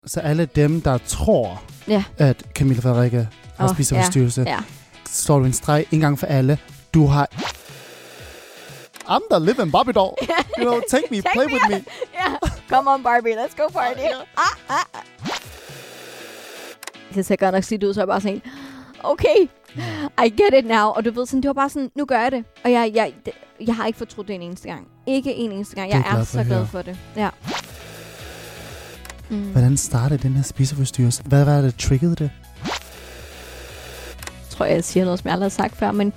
Så alle dem, der tror, at Camilla Frederikke har spiseforstyrrelse, slår du en streg en gang for alle. Du har... I'm the living Barbie doll. You know, take me, play with me. Come on, Barbie, let's go party. Det ser godt nok slidt ud, så jeg bare sådan, okay, I get it now. Og du ved sådan, det var bare sådan, nu gør jeg det. Og jeg har ikke fortrudt det en eneste gang. Ikke en eneste gang. Jeg er så glad for det. Ja. Hvordan startede den her spiseforstyrrelse? Hvad var det, der triggede det? Jeg tror, jeg siger noget, som jeg aldrig har sagt før, men...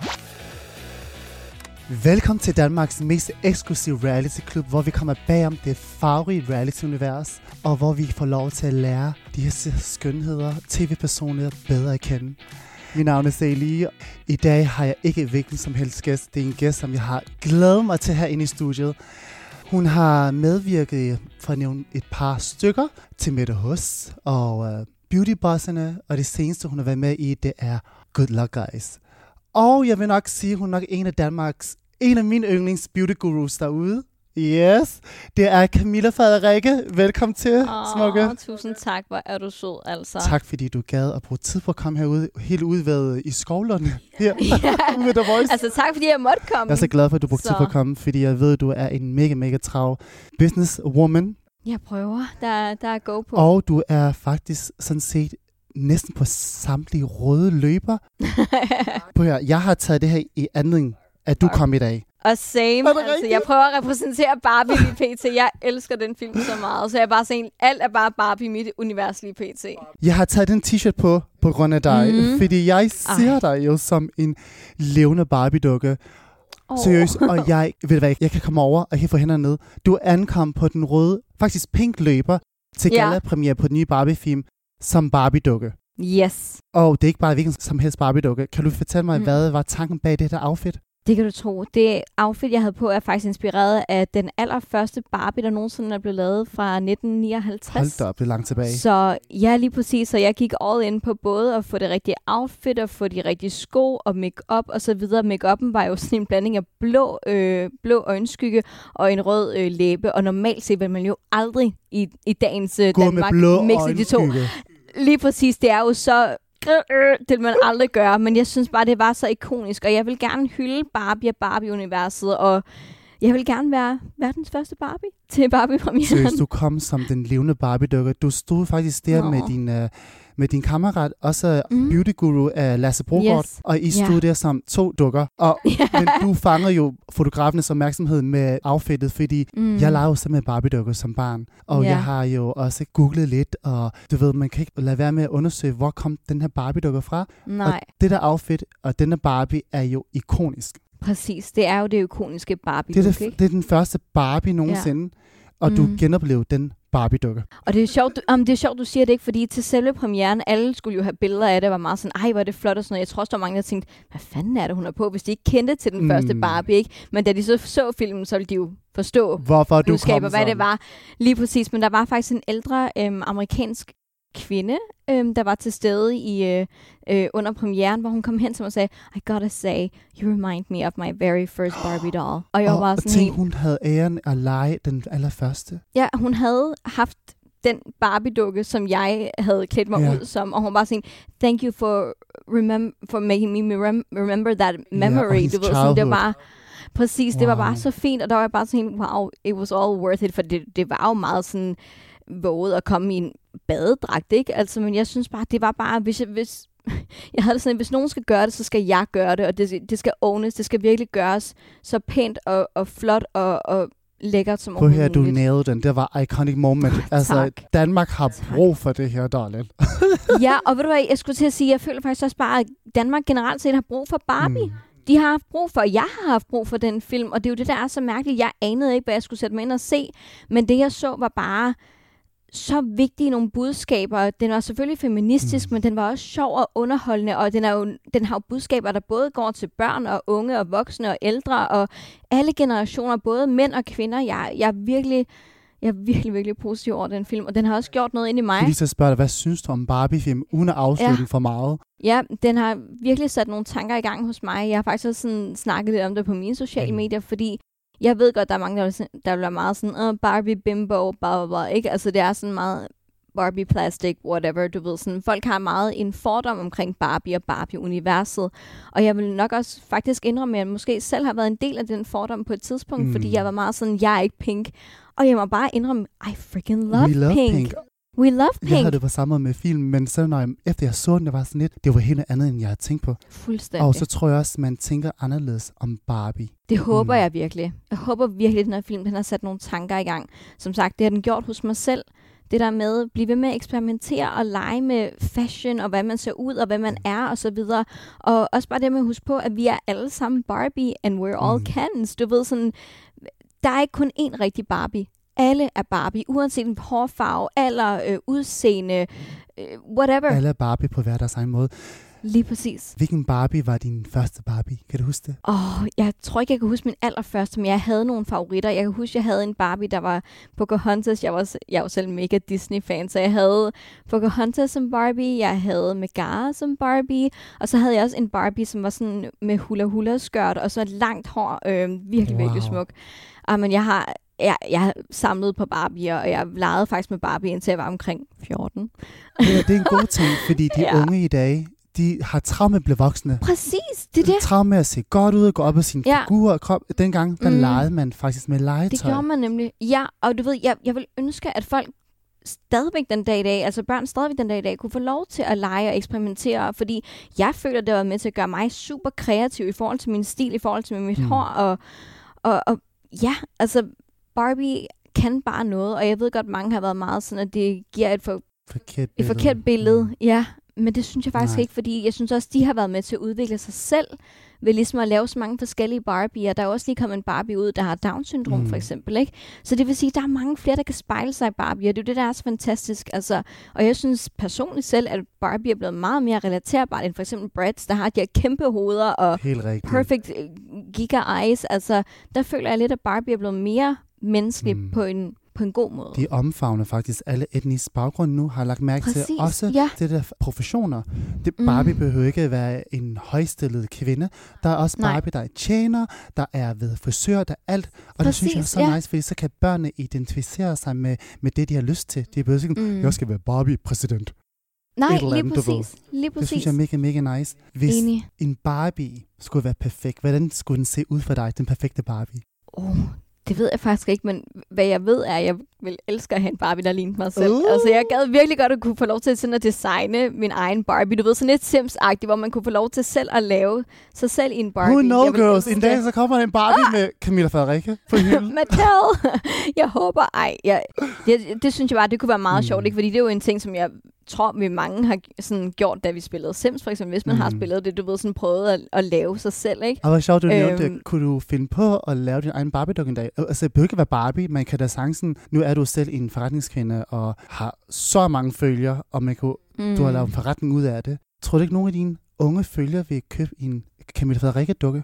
Velkommen til Danmarks mest eksklusive reality-klub, hvor vi kommer bagom det farverige reality-univers, og hvor vi får lov til at lære de her skønheder, tv-personer bedre at kende. Mit navn er Celie. I dag har jeg ikke hvilken som helst gæst. Det er en gæst, som jeg har glædet mig til herinde i studiet. Hun har medvirket, for at nævne et par stykker, til Mette Hus og Beautybosserne, og det seneste, hun har været med i, det er Good Luck Guys. Og jeg vil nok sige, at hun er nok en af mine yndlings beauty gurus derude. Yes, det er Camilla Frederikke. Velkommen til, smukke. Tusind tak, hvor er du sød, altså. Tak, fordi du gad at bruge tid på at komme herude, helt ude ved i Skovlund her med The Voice. Altså tak, fordi jeg måtte komme. Jeg er så glad for, at du brugte tid på at komme, fordi jeg ved, at du er en mega, mega trav businesswoman. Jeg prøver. Der er go på. Og du er faktisk sådan set næsten på samtlige røde løber. Jeg har taget det her i anledning, at du kom i dag. Og same. Altså, jeg prøver at repræsentere Barbie lige pt. Jeg elsker den film så meget. Så jeg er bare sådan, alt er bare Barbie i mit univers lige pt. Jeg har taget den t-shirt på grund af dig. Fordi jeg ser dig jo som en levende Barbie-dukke. Seriøst. Og jeg kan komme over og kan få hænderne ned. Du ankom på den røde, faktisk pink løber, til gala-premiere på den nye Barbie-film som Barbie-dukke. Yes. Og det er ikke bare hvilken som helst Barbie-dukke. Kan du fortælle mig, hvad var tanken bag det her outfit? Det kan du tro. Det outfit, jeg havde på, er faktisk inspireret af den allerførste Barbie, der nogensinde er blevet lavet fra 1959. Hold da op, det er langt tilbage. Så ja, lige præcis. Så jeg gik all in på både at få det rigtige outfit, og få de rigtige sko og make-up og så videre. Make-up'en var jo sådan en blanding af blå øjenskygge og en rød læbe. Og normalt set vil man jo aldrig i dagens Danmark mixe de to. Lige præcis. Det er jo så... Det vil man aldrig gøre, men jeg synes bare, det var så ikonisk, og jeg vil gerne hylde Barbie og Barbie-universet, og jeg vil gerne være verdens første Barbie til Barbie-premieren. Seriøst, du kom som den levende Barbie-dukke. Du stod faktisk der med din kammerat, også beauty-guru Lasse Brogård, og I stod der som to dukker. Men du fangede jo fotografens opmærksomhed med outfittet, fordi jeg lavede jo simpelthen Barbie-dukker som barn. Og jeg har jo også googlet lidt, og du ved, man kan ikke lade være med at undersøge, hvor kom den her Barbie-dukke fra. Nej. Og det der outfit og denne Barbie er jo ikonisk. Præcis, det er jo det ikoniske Barbie-dukke. Det er den første Barbie nogensinde, og du genoplevede den Barbie-dukke. Og det er sjovt, du siger det ikke, fordi til selve premieren, alle skulle jo have billeder af det, var meget sådan, ej, hvor er det flot og sådan noget. Jeg tror også, der var mange, der tænkte, hvad fanden er det, hun er på, hvis de ikke kendte til den første Barbie, ikke? Men da de så filmen, så ville de jo forstå, hvorfor du kom hvad det var. Lige præcis, men der var faktisk en ældre amerikansk kvinde, der var til stede i under premieren, hvor hun kom hen til mig og sagde, I gotta say, you remind me of my very first Barbie doll. Og jeg var sådan helt... hun havde æren at lege den allerførste. Ja, hun havde haft den Barbie-dukke, som jeg havde klædt mig ud som, og hun var sådan, thank you for making me remember that memory. Du ved, sådan, det var præcis, det var bare så fint, og der var jeg bare sådan, wow, it was all worth it, for det var jo meget sådan våget at komme i en badedragt, ikke? Altså, men jeg synes bare, det var bare, hvis jeg havde det sådan, hvis nogen skal gøre det, så skal jeg gøre det, og det skal ownes, det skal virkelig gøres så pænt og flot og lækkert som overhovedet muligt. Prøv her, du nailede den. Det var iconic moment. Altså, Danmark har brug for det her, darling. Ja, og ved du hvad, jeg skulle til at sige, jeg føler faktisk også bare, at Danmark generelt set har brug for Barbie. De har haft brug for, jeg har haft brug for den film, og det er jo det, der er så mærkeligt. Jeg anede ikke, hvad jeg skulle sætte mig ind og se, men det, jeg så, var bare så vigtige nogle budskaber. Den var selvfølgelig feministisk, men den var også sjov og underholdende, og den har jo budskaber, der både går til børn og unge og voksne og ældre, og alle generationer, både mænd og kvinder. Jeg er virkelig, virkelig positiv over den film, og den har også gjort noget ind i mig. Jeg vil lige spørge dig, hvad synes du om Barbie-film, uden at afsløre den for meget? Ja, den har virkelig sat nogle tanker i gang hos mig. Jeg har faktisk også sådan snakket lidt om det på mine sociale medier, fordi jeg ved godt, der er mange, der vil være meget sådan, Barbie, bimbo, blah, blah, blah, ikke? Altså, det er sådan meget Barbie plastic, whatever, du ved sådan. Folk har meget en fordom omkring Barbie og Barbie-universet. Og jeg vil nok også faktisk indrømme, at jeg måske selv har været en del af den fordom på et tidspunkt, fordi jeg var meget sådan, jeg er ikke pink. Og jeg må bare indrømme, I freaking love pink. We love pink. Jeg havde det på samme måde med film, men så når efter jeg så den, det var sådan lidt, det var helt andet, end jeg havde tænkt på. Fuldstændig. Og så tror jeg også, man tænker anderledes om Barbie. Det håber jeg virkelig. Jeg håber virkelig, at den her film, den har sat nogle tanker i gang. Som sagt, det har den gjort hos mig selv. Det der med at blive ved med at eksperimentere og lege med fashion, og hvad man ser ud, og hvad man er, og så videre. Og også bare det med at huske på, at vi er alle sammen Barbie, and we're all Kens. Du ved sådan, der er ikke kun én rigtig Barbie. Alle er Barbie, uanset en hårfarve, alder, udseende, whatever. Alle er Barbie på hver deres egen måde. Lige præcis. Hvilken Barbie var din første Barbie? Kan du huske det? Jeg tror ikke, jeg kan huske min allerførste, men jeg havde nogle favoritter. Jeg kan huske, jeg havde en Barbie, der var Pocahontas. Jeg var selv mega Disney-fan, så jeg havde Pocahontas som Barbie. Jeg havde Megara som Barbie. Og så havde jeg også en Barbie, som var sådan med hula-hula-skørt og så et langt hår. Virkelig smuk. Men jeg har samlet på Barbie, og jeg legede faktisk med Barbie, indtil jeg var omkring 14. Ja, det er en god ting, fordi de unge i dag, de har travlt med at blive voksne. Præcis, det er det. Travlt med at se godt ud og gå op af sin figur og krop. Dengang, der legede man faktisk med legetøj. Det gjorde man nemlig. Ja, og du ved, jeg vil ønske, at folk stadigvæk den dag i dag, altså børn stadigvæk den dag i dag, kunne få lov til at lege og eksperimentere, fordi jeg føler, det var med til at gøre mig super kreativ i forhold til min stil, i forhold til mit hår, og ja, altså Barbie kan bare noget, og jeg ved godt, mange har været meget sådan, at det giver et forkert billede. Ja, men det synes jeg faktisk ikke, fordi jeg synes også, de har været med til at udvikle sig selv, ved ligesom at lave så mange forskellige Barbier. Der er også lige kommet en Barbie ud, der har Down-syndrom for eksempel, ikke? Så det vil sige, at der er mange flere, der kan spejle sig i Barbie, og det er jo det, der er så fantastisk. Altså, og jeg synes personligt selv, at Barbie er blevet meget mere relaterbart end for eksempel Bratz, der har de her kæmpe hoveder og perfect giga eyes. Altså, der føler jeg lidt, at Barbie er blevet mere menneskelig på en god måde. De omfavner faktisk alle etniske baggrunde nu, har lagt mærke til også det der professioner. Barbie behøver ikke at være en højstillet kvinde. Der er også Barbie, der er tjener, der er ved frisør, der er alt. Og det synes jeg er så nice, fordi så kan børnene identificere sig med det, de har lyst til. De behøver ikke, jeg skal være Barbie-præsident. Nej, lige præcis. Det synes jeg er mega, mega nice. Hvis en Barbie skulle være perfekt, hvordan skulle den se ud for dig, den perfekte Barbie? Det ved jeg faktisk ikke, men hvad jeg ved er, at jeg vil elske at have en Barbie, der lignede mig selv. Altså, jeg gad virkelig godt at kunne få lov til sådan at designe min egen Barbie. Du ved, sådan lidt Sims-agtigt, hvor man kunne få lov til selv at lave sig selv i en Barbie. Who knows, girls? En dag så kommer en Barbie med Camilla Frederikke på hylden. Mattel! Jeg håber, det synes jeg bare, det kunne være meget sjovt, ikke? Fordi det er jo en ting, som jeg tror, vi mange har sådan gjort, da vi spillede Sims, for eksempel. Hvis man har spillet det, du ved, sådan prøvet at lave sig selv, ikke? Og hvor sjovt, du nævnte det. Kunne du finde på at lave din egen Barbie-dukke en dag? Altså, det behøver ikke være Barbie, man kan da chancen. Nu er du selv en forretningskvinde og har så mange følgere, og du har lavet en forretning ud af det. Tror du ikke, nogen af dine unge følgere vil købe en Camilla Frederikke-dukke?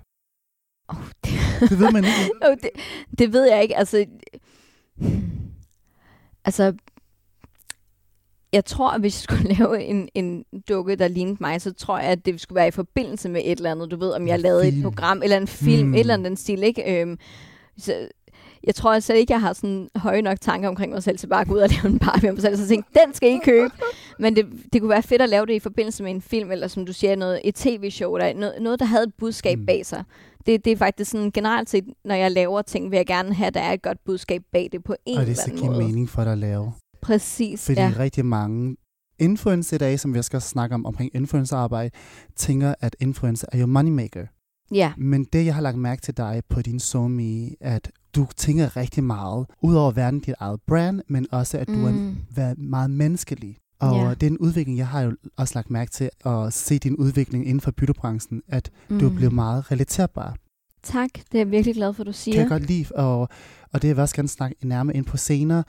Det ved man ikke. Det ved jeg ikke. Altså, jeg tror, at hvis jeg skulle lave en dukke, der lignede mig, så tror jeg, at det skulle være i forbindelse med et eller andet. Du ved, om jeg lavede et program, eller en film, et eller andet den stil, ikke? Så jeg tror altså ikke, jeg har sådan høje nok tanker omkring mig selv, til bare at gå ud og lave en Barbie om mig selv, så tænkte, den skal I købe. Men det kunne være fedt at lave det i forbindelse med en film, eller som du siger, et tv-show, eller noget, der havde et budskab bag sig. Det er faktisk sådan, generelt set, når jeg laver ting, vil jeg gerne have, at der er et godt budskab bag det på en eller anden måde. Og det skal give mening for dig at lave. Præcis, fordi rigtig mange influencer i dag, som vi skal snakke omkring influencerarbejde, tænker, at influencer er jo moneymaker. Ja. Men det, jeg har lagt mærke til dig på din SoMe, at du tænker rigtig meget, udover at være dit eget brand, men også, at du er meget menneskelig. Og det er en udvikling, jeg har jo også lagt mærke til, at se din udvikling inden for byttebranchen, at du bliver meget relaterbar. Tak, det er jeg virkelig glad for, du siger. Kan jeg godt lide, og det vil jeg også gerne snakke nærmere ind på senere.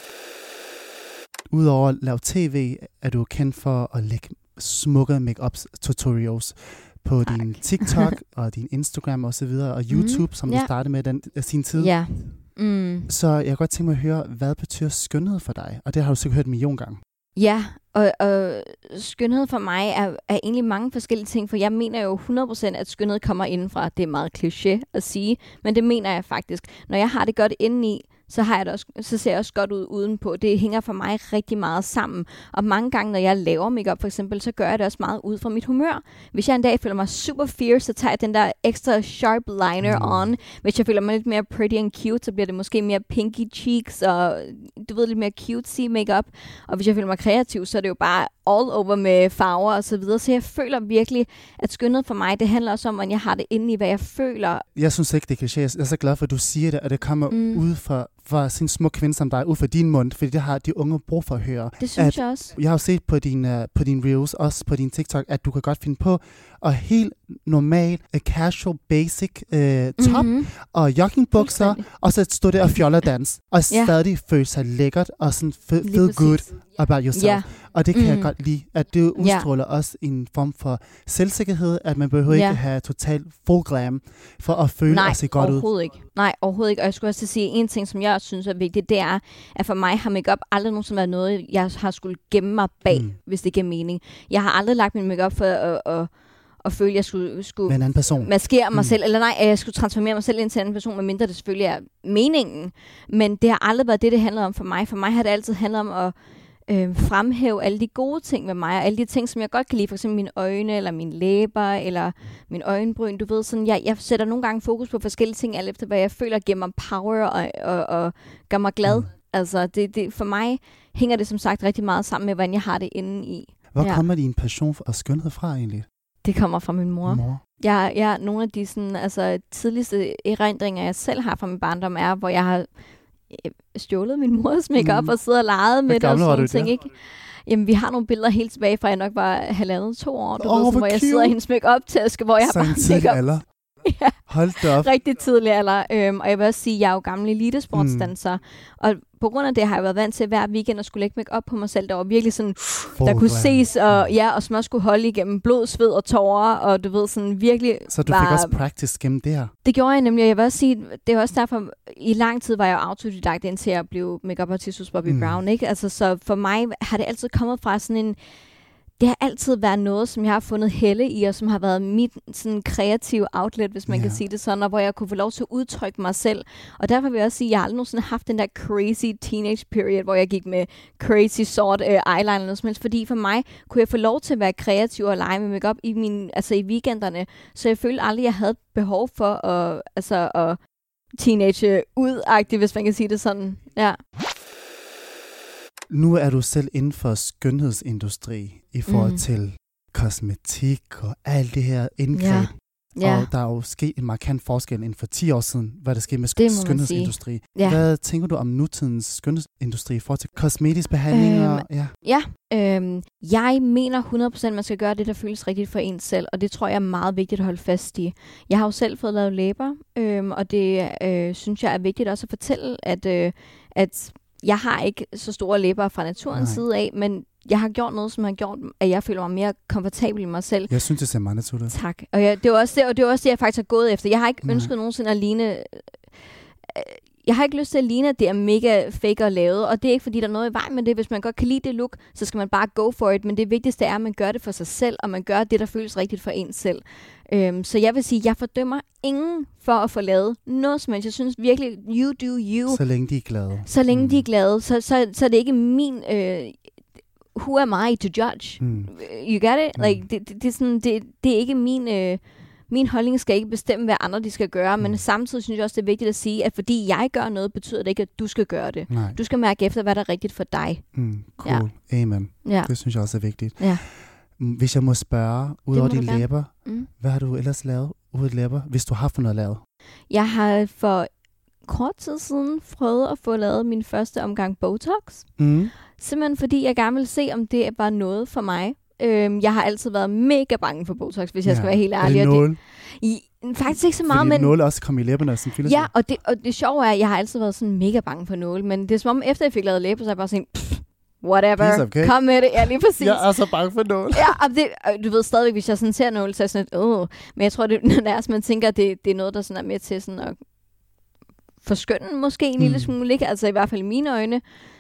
Udover at lave tv, er du kendt for at lægge smukke make-up tutorials på din TikTok og din Instagram og så videre, og YouTube, som du startede med sin tid. Ja. Så jeg kan godt tænke mig at høre, hvad betyder skønhed for dig? Og det har du sikkert hørt en million gange. Ja, og skønhed for mig er egentlig mange forskellige ting, for jeg mener jo 100%, at skønhed kommer indenfra. Det er meget kliché at sige, men det mener jeg faktisk. Når jeg har det godt indeni, så ser jeg også godt ud udenpå. Det hænger for mig rigtig meget sammen. Og mange gange, når jeg laver makeup for eksempel, så gør jeg det også meget ud fra mit humør. Hvis jeg en dag føler mig super fierce, så tager jeg den der ekstra sharp liner on. Hvis jeg føler mig lidt mere pretty and cute, så bliver det måske mere pinky cheeks og du ved, lidt mere cutesy makeup. Og hvis jeg føler mig kreativ, så er det jo bare all over med farver og så videre. Så jeg føler virkelig, at skønhed for mig, det handler også om, hvordan jeg har det inde i, hvad jeg føler. Jeg synes ikke, det kan ske. Jeg er så glad for, at du siger det, og det kommer ud fra sin små kvinde som dig, ud fra din mund, fordi det har de unge brug for at høre. Det synes jeg også. Jeg har jo set på din reels, også på din TikTok, at du kan godt finde på at helt normal, casual, basic top og joggingbukser, og så stå der og fjollerdans, og stadig føle sig lækkert og sådan feel good about yourself. Yeah. Og det kan jeg godt lide, at det udstråler også en form for selvsikkerhed, at man behøver ikke have totalt full glam for at føle og se godt ud. Nej, overhovedet ikke. Og jeg skulle også sige, en ting, som jeg også synes er vigtigt, det er, at for mig har makeup aldrig nogensinde været noget, jeg har skulle gemme mig bag, hvis det giver mening. Jeg har aldrig lagt min makeup for at føle, at jeg skulle en anden person. Maskere mig selv, eller nej, at jeg skulle transformere mig selv ind til en anden person, medmindre det selvfølgelig er meningen. Men det har aldrig været det handler om for mig. For mig har det altid handlet om at fremhæve alle de gode ting med mig, og alle de ting, som jeg godt kan lide, for eksempel mine øjne, eller mine læber, eller min øjenbryn, du ved, sådan, jeg sætter nogle gange fokus på forskellige ting, alt efter hvad jeg føler giver mig power, og gør mig glad. Altså, det, for mig hænger det som sagt rigtig meget sammen med, hvordan jeg har det inde i. Hvor kommer din passion og skønhed fra egentlig? Det kommer fra min mor. Nogle af de sådan, altså, tidligste erindringer, jeg selv har fra min barndom, er, hvor jeg har stjålet min mors makeup og siddet og leget med det og sådan ting, ikke? Jamen, vi har nogle billeder helt tilbage fra, jeg nok var 1,5-2 år, du ved, hvor jeg sidder i hendes make-up-taske, hvor jeg har bare makeup. Ja, hold da op. Rigtig tidlig alder. Og jeg vil også sige, at jeg er jo gammel elitesportsdanser. Og på grund af det har jeg været vant til hver weekend at skulle lægge make op på mig selv. Der var virkelig sådan, der kunne ses, og som også skulle holde igennem blod, sved og tårer, og du ved sådan virkelig. Så du fik også practice gennem det her? Det gjorde jeg nemlig, og jeg vil også sige, det er også derfor, i lang tid var jeg autodidakt indtil jeg blev make-up-artist hos Bobbi Brown, ikke? Altså, så for mig har det altid kommet fra sådan en, det har altid været noget, som jeg har fundet helle i, og som har været mit sådan kreative outlet, hvis man kan sige det sådan, og hvor jeg kunne få lov til at udtrykke mig selv. Og derfor vil jeg også sige, at jeg har aldrig nogensinde haft den der crazy teenage period, hvor jeg gik med crazy sort eyeliner eller noget som helst, fordi for mig kunne jeg få lov til at være kreativ og lege med makeup i i weekenderne, så jeg følte aldrig, at jeg havde behov for at teenage ud-agtigt, hvis man kan sige det sådan. Ja. Nu er du selv inden for skønhedsindustri i forhold til kosmetik og alt det her indgreb. Ja. Og der er jo sket en markant forskel inden for 10 år siden, hvad der skete med skønhedsindustri. Ja. Hvad tænker du om nutidens skønhedsindustri i forhold til kosmetisk behandlinger? Jeg mener 100% man skal gøre det, der føles rigtigt for en selv, og det tror jeg er meget vigtigt at holde fast i. Jeg har jo selv fået lavet læber, og det synes jeg er vigtigt også at fortælle, at jeg har ikke så store læber fra naturens side af, men jeg har gjort noget, som har gjort, at jeg føler mig mere komfortabel i mig selv. Jeg synes, det ser meget naturligt. Tak. Og det er også det, jeg faktisk har gået efter. Jeg har ikke ønsket nogensinde at ligne. Jeg har ikke lyst til at ligne, at det er mega fake og lavet, og det er ikke, fordi der er noget i vejen med det. Hvis man godt kan lide det look, så skal man bare go for it, men det vigtigste er, at man gør det for sig selv, og man gør det, der føles rigtigt for en selv. Så jeg vil sige, at jeg fordømmer ingen for at få lavet noget som helst. Jeg synes virkelig, you do you. Så længe de er glade. Så længe de er glade, så er det ikke min... who am I to judge? You get it? Like, det er ikke min holdning skal ikke bestemme, hvad andre de skal gøre, men samtidig synes jeg også, det er vigtigt at sige, at fordi jeg gør noget, betyder det ikke, at du skal gøre det. Nej. Du skal mærke efter, hvad der er rigtigt for dig. Cool. Ja. Amen. Ja. Det synes jeg også er vigtigt. Ja. Hvis jeg må spørge, ud over dine læber, hvad har du ellers lavet ud af læber, hvis du har fået noget lavet? Jeg har for kort tid siden prøvet at få lavet min første omgang Botox. Simpelthen fordi jeg gerne vil se, om det var noget for mig. Jeg har altid været mega bange for Botox, hvis jeg skal være helt ærlig. Er det faktisk ikke så meget, fordi men... nåle også kom i læberne, sådan fylder sig. Ja, og det sjove er, at jeg har altid været sådan mega bange for nåle, men det er som om, efter jeg fik lavet læber, så er jeg bare sådan, whatever, kom med det. Ja, lige præcis. Jeg er så bange for nåle. Ja, og du ved stadigvæk, hvis jeg sådan ser nåle, så er jeg sådan lidt, men jeg tror, det er, man tænker, at det er noget, der sådan er med til sådan at forskønne måske en lille smule, ikke? Altså i hvert fald i mine øjne.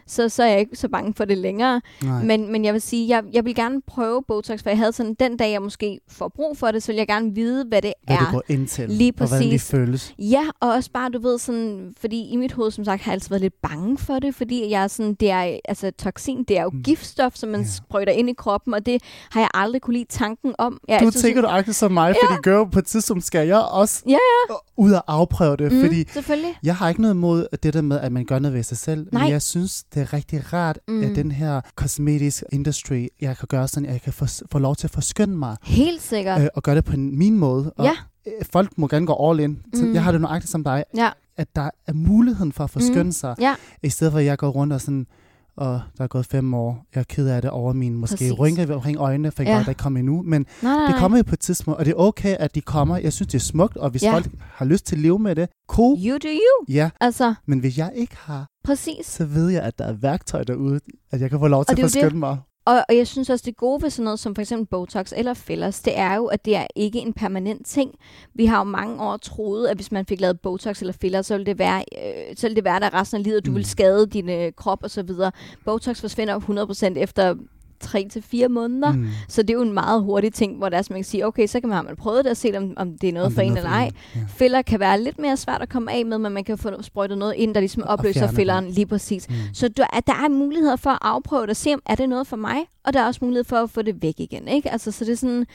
så er jeg ikke så bange for det længere. Men jeg vil sige, jeg vil gerne prøve Botox, for jeg havde sådan, den dag jeg måske får brug for det, så vil jeg gerne vide, hvad det er. Hvad det går ind til, lige præcis. Og hvordan det føles. Ja, og også bare, du ved, sådan, fordi i mit hoved, som sagt, har jeg altid været lidt bange for det, fordi jeg er sådan, det er, altså toxin, det er jo giftstof, som man sprøjter ind i kroppen, og det har jeg aldrig kunne lide tanken om. Du tænker du agtigt som mig, fordi girl, på et tidspunkt skal jeg også ud og afprøve det, fordi jeg har ikke noget imod det der med, at man gør noget ved sig selv, men jeg synes, det er rigtig rart, at den her cosmetic industry, jeg kan gøre sådan, at jeg kan få lov til at forskønne mig. Helt sikkert. Og gøre det på min måde. Og folk må gerne gå all in. Jeg har det nøjagtigt som dig, at der er muligheden for at forskønne sig, i stedet for at jeg går rundt og sådan, og der er gået 5 år. Jeg er ked af det over mine måske rynker omkring øjnene, for jeg godt ikke kommer endnu. Men det kommer jo på et tidspunkt, og det er okay, at de kommer. Jeg synes, det er smukt, og hvis folk har lyst til at leve med det, cool. You do you. Ja, altså. Men hvis jeg ikke har, præcis, så ved jeg, at der er værktøj derude, at jeg kan få lov til at forskønne mig. Og jeg synes også, det gode ved sådan noget som for eksempel Botox eller fillers, det er jo, at det er ikke en permanent ting. Vi har jo mange år troet, at hvis man fik lavet Botox eller fillers, så ville det være der resten af livet, og du ville skade din krop og så videre. Botox forsvinder 100% efter 3 til 4 måneder. Så det er jo en meget hurtig ting, hvor der er, som man kan sige, okay, så kan man prøve det og se, om det er noget for en eller ej. Filler kan være lidt mere svært at komme af med, men man kan få sprøjtet noget ind, der ligesom opløser filleren lige præcis. Så der er muligheder for at afprøve det og se, om er det noget for mig, og der er også mulighed for at få det væk igen. Ikke? Altså, så det er sådan,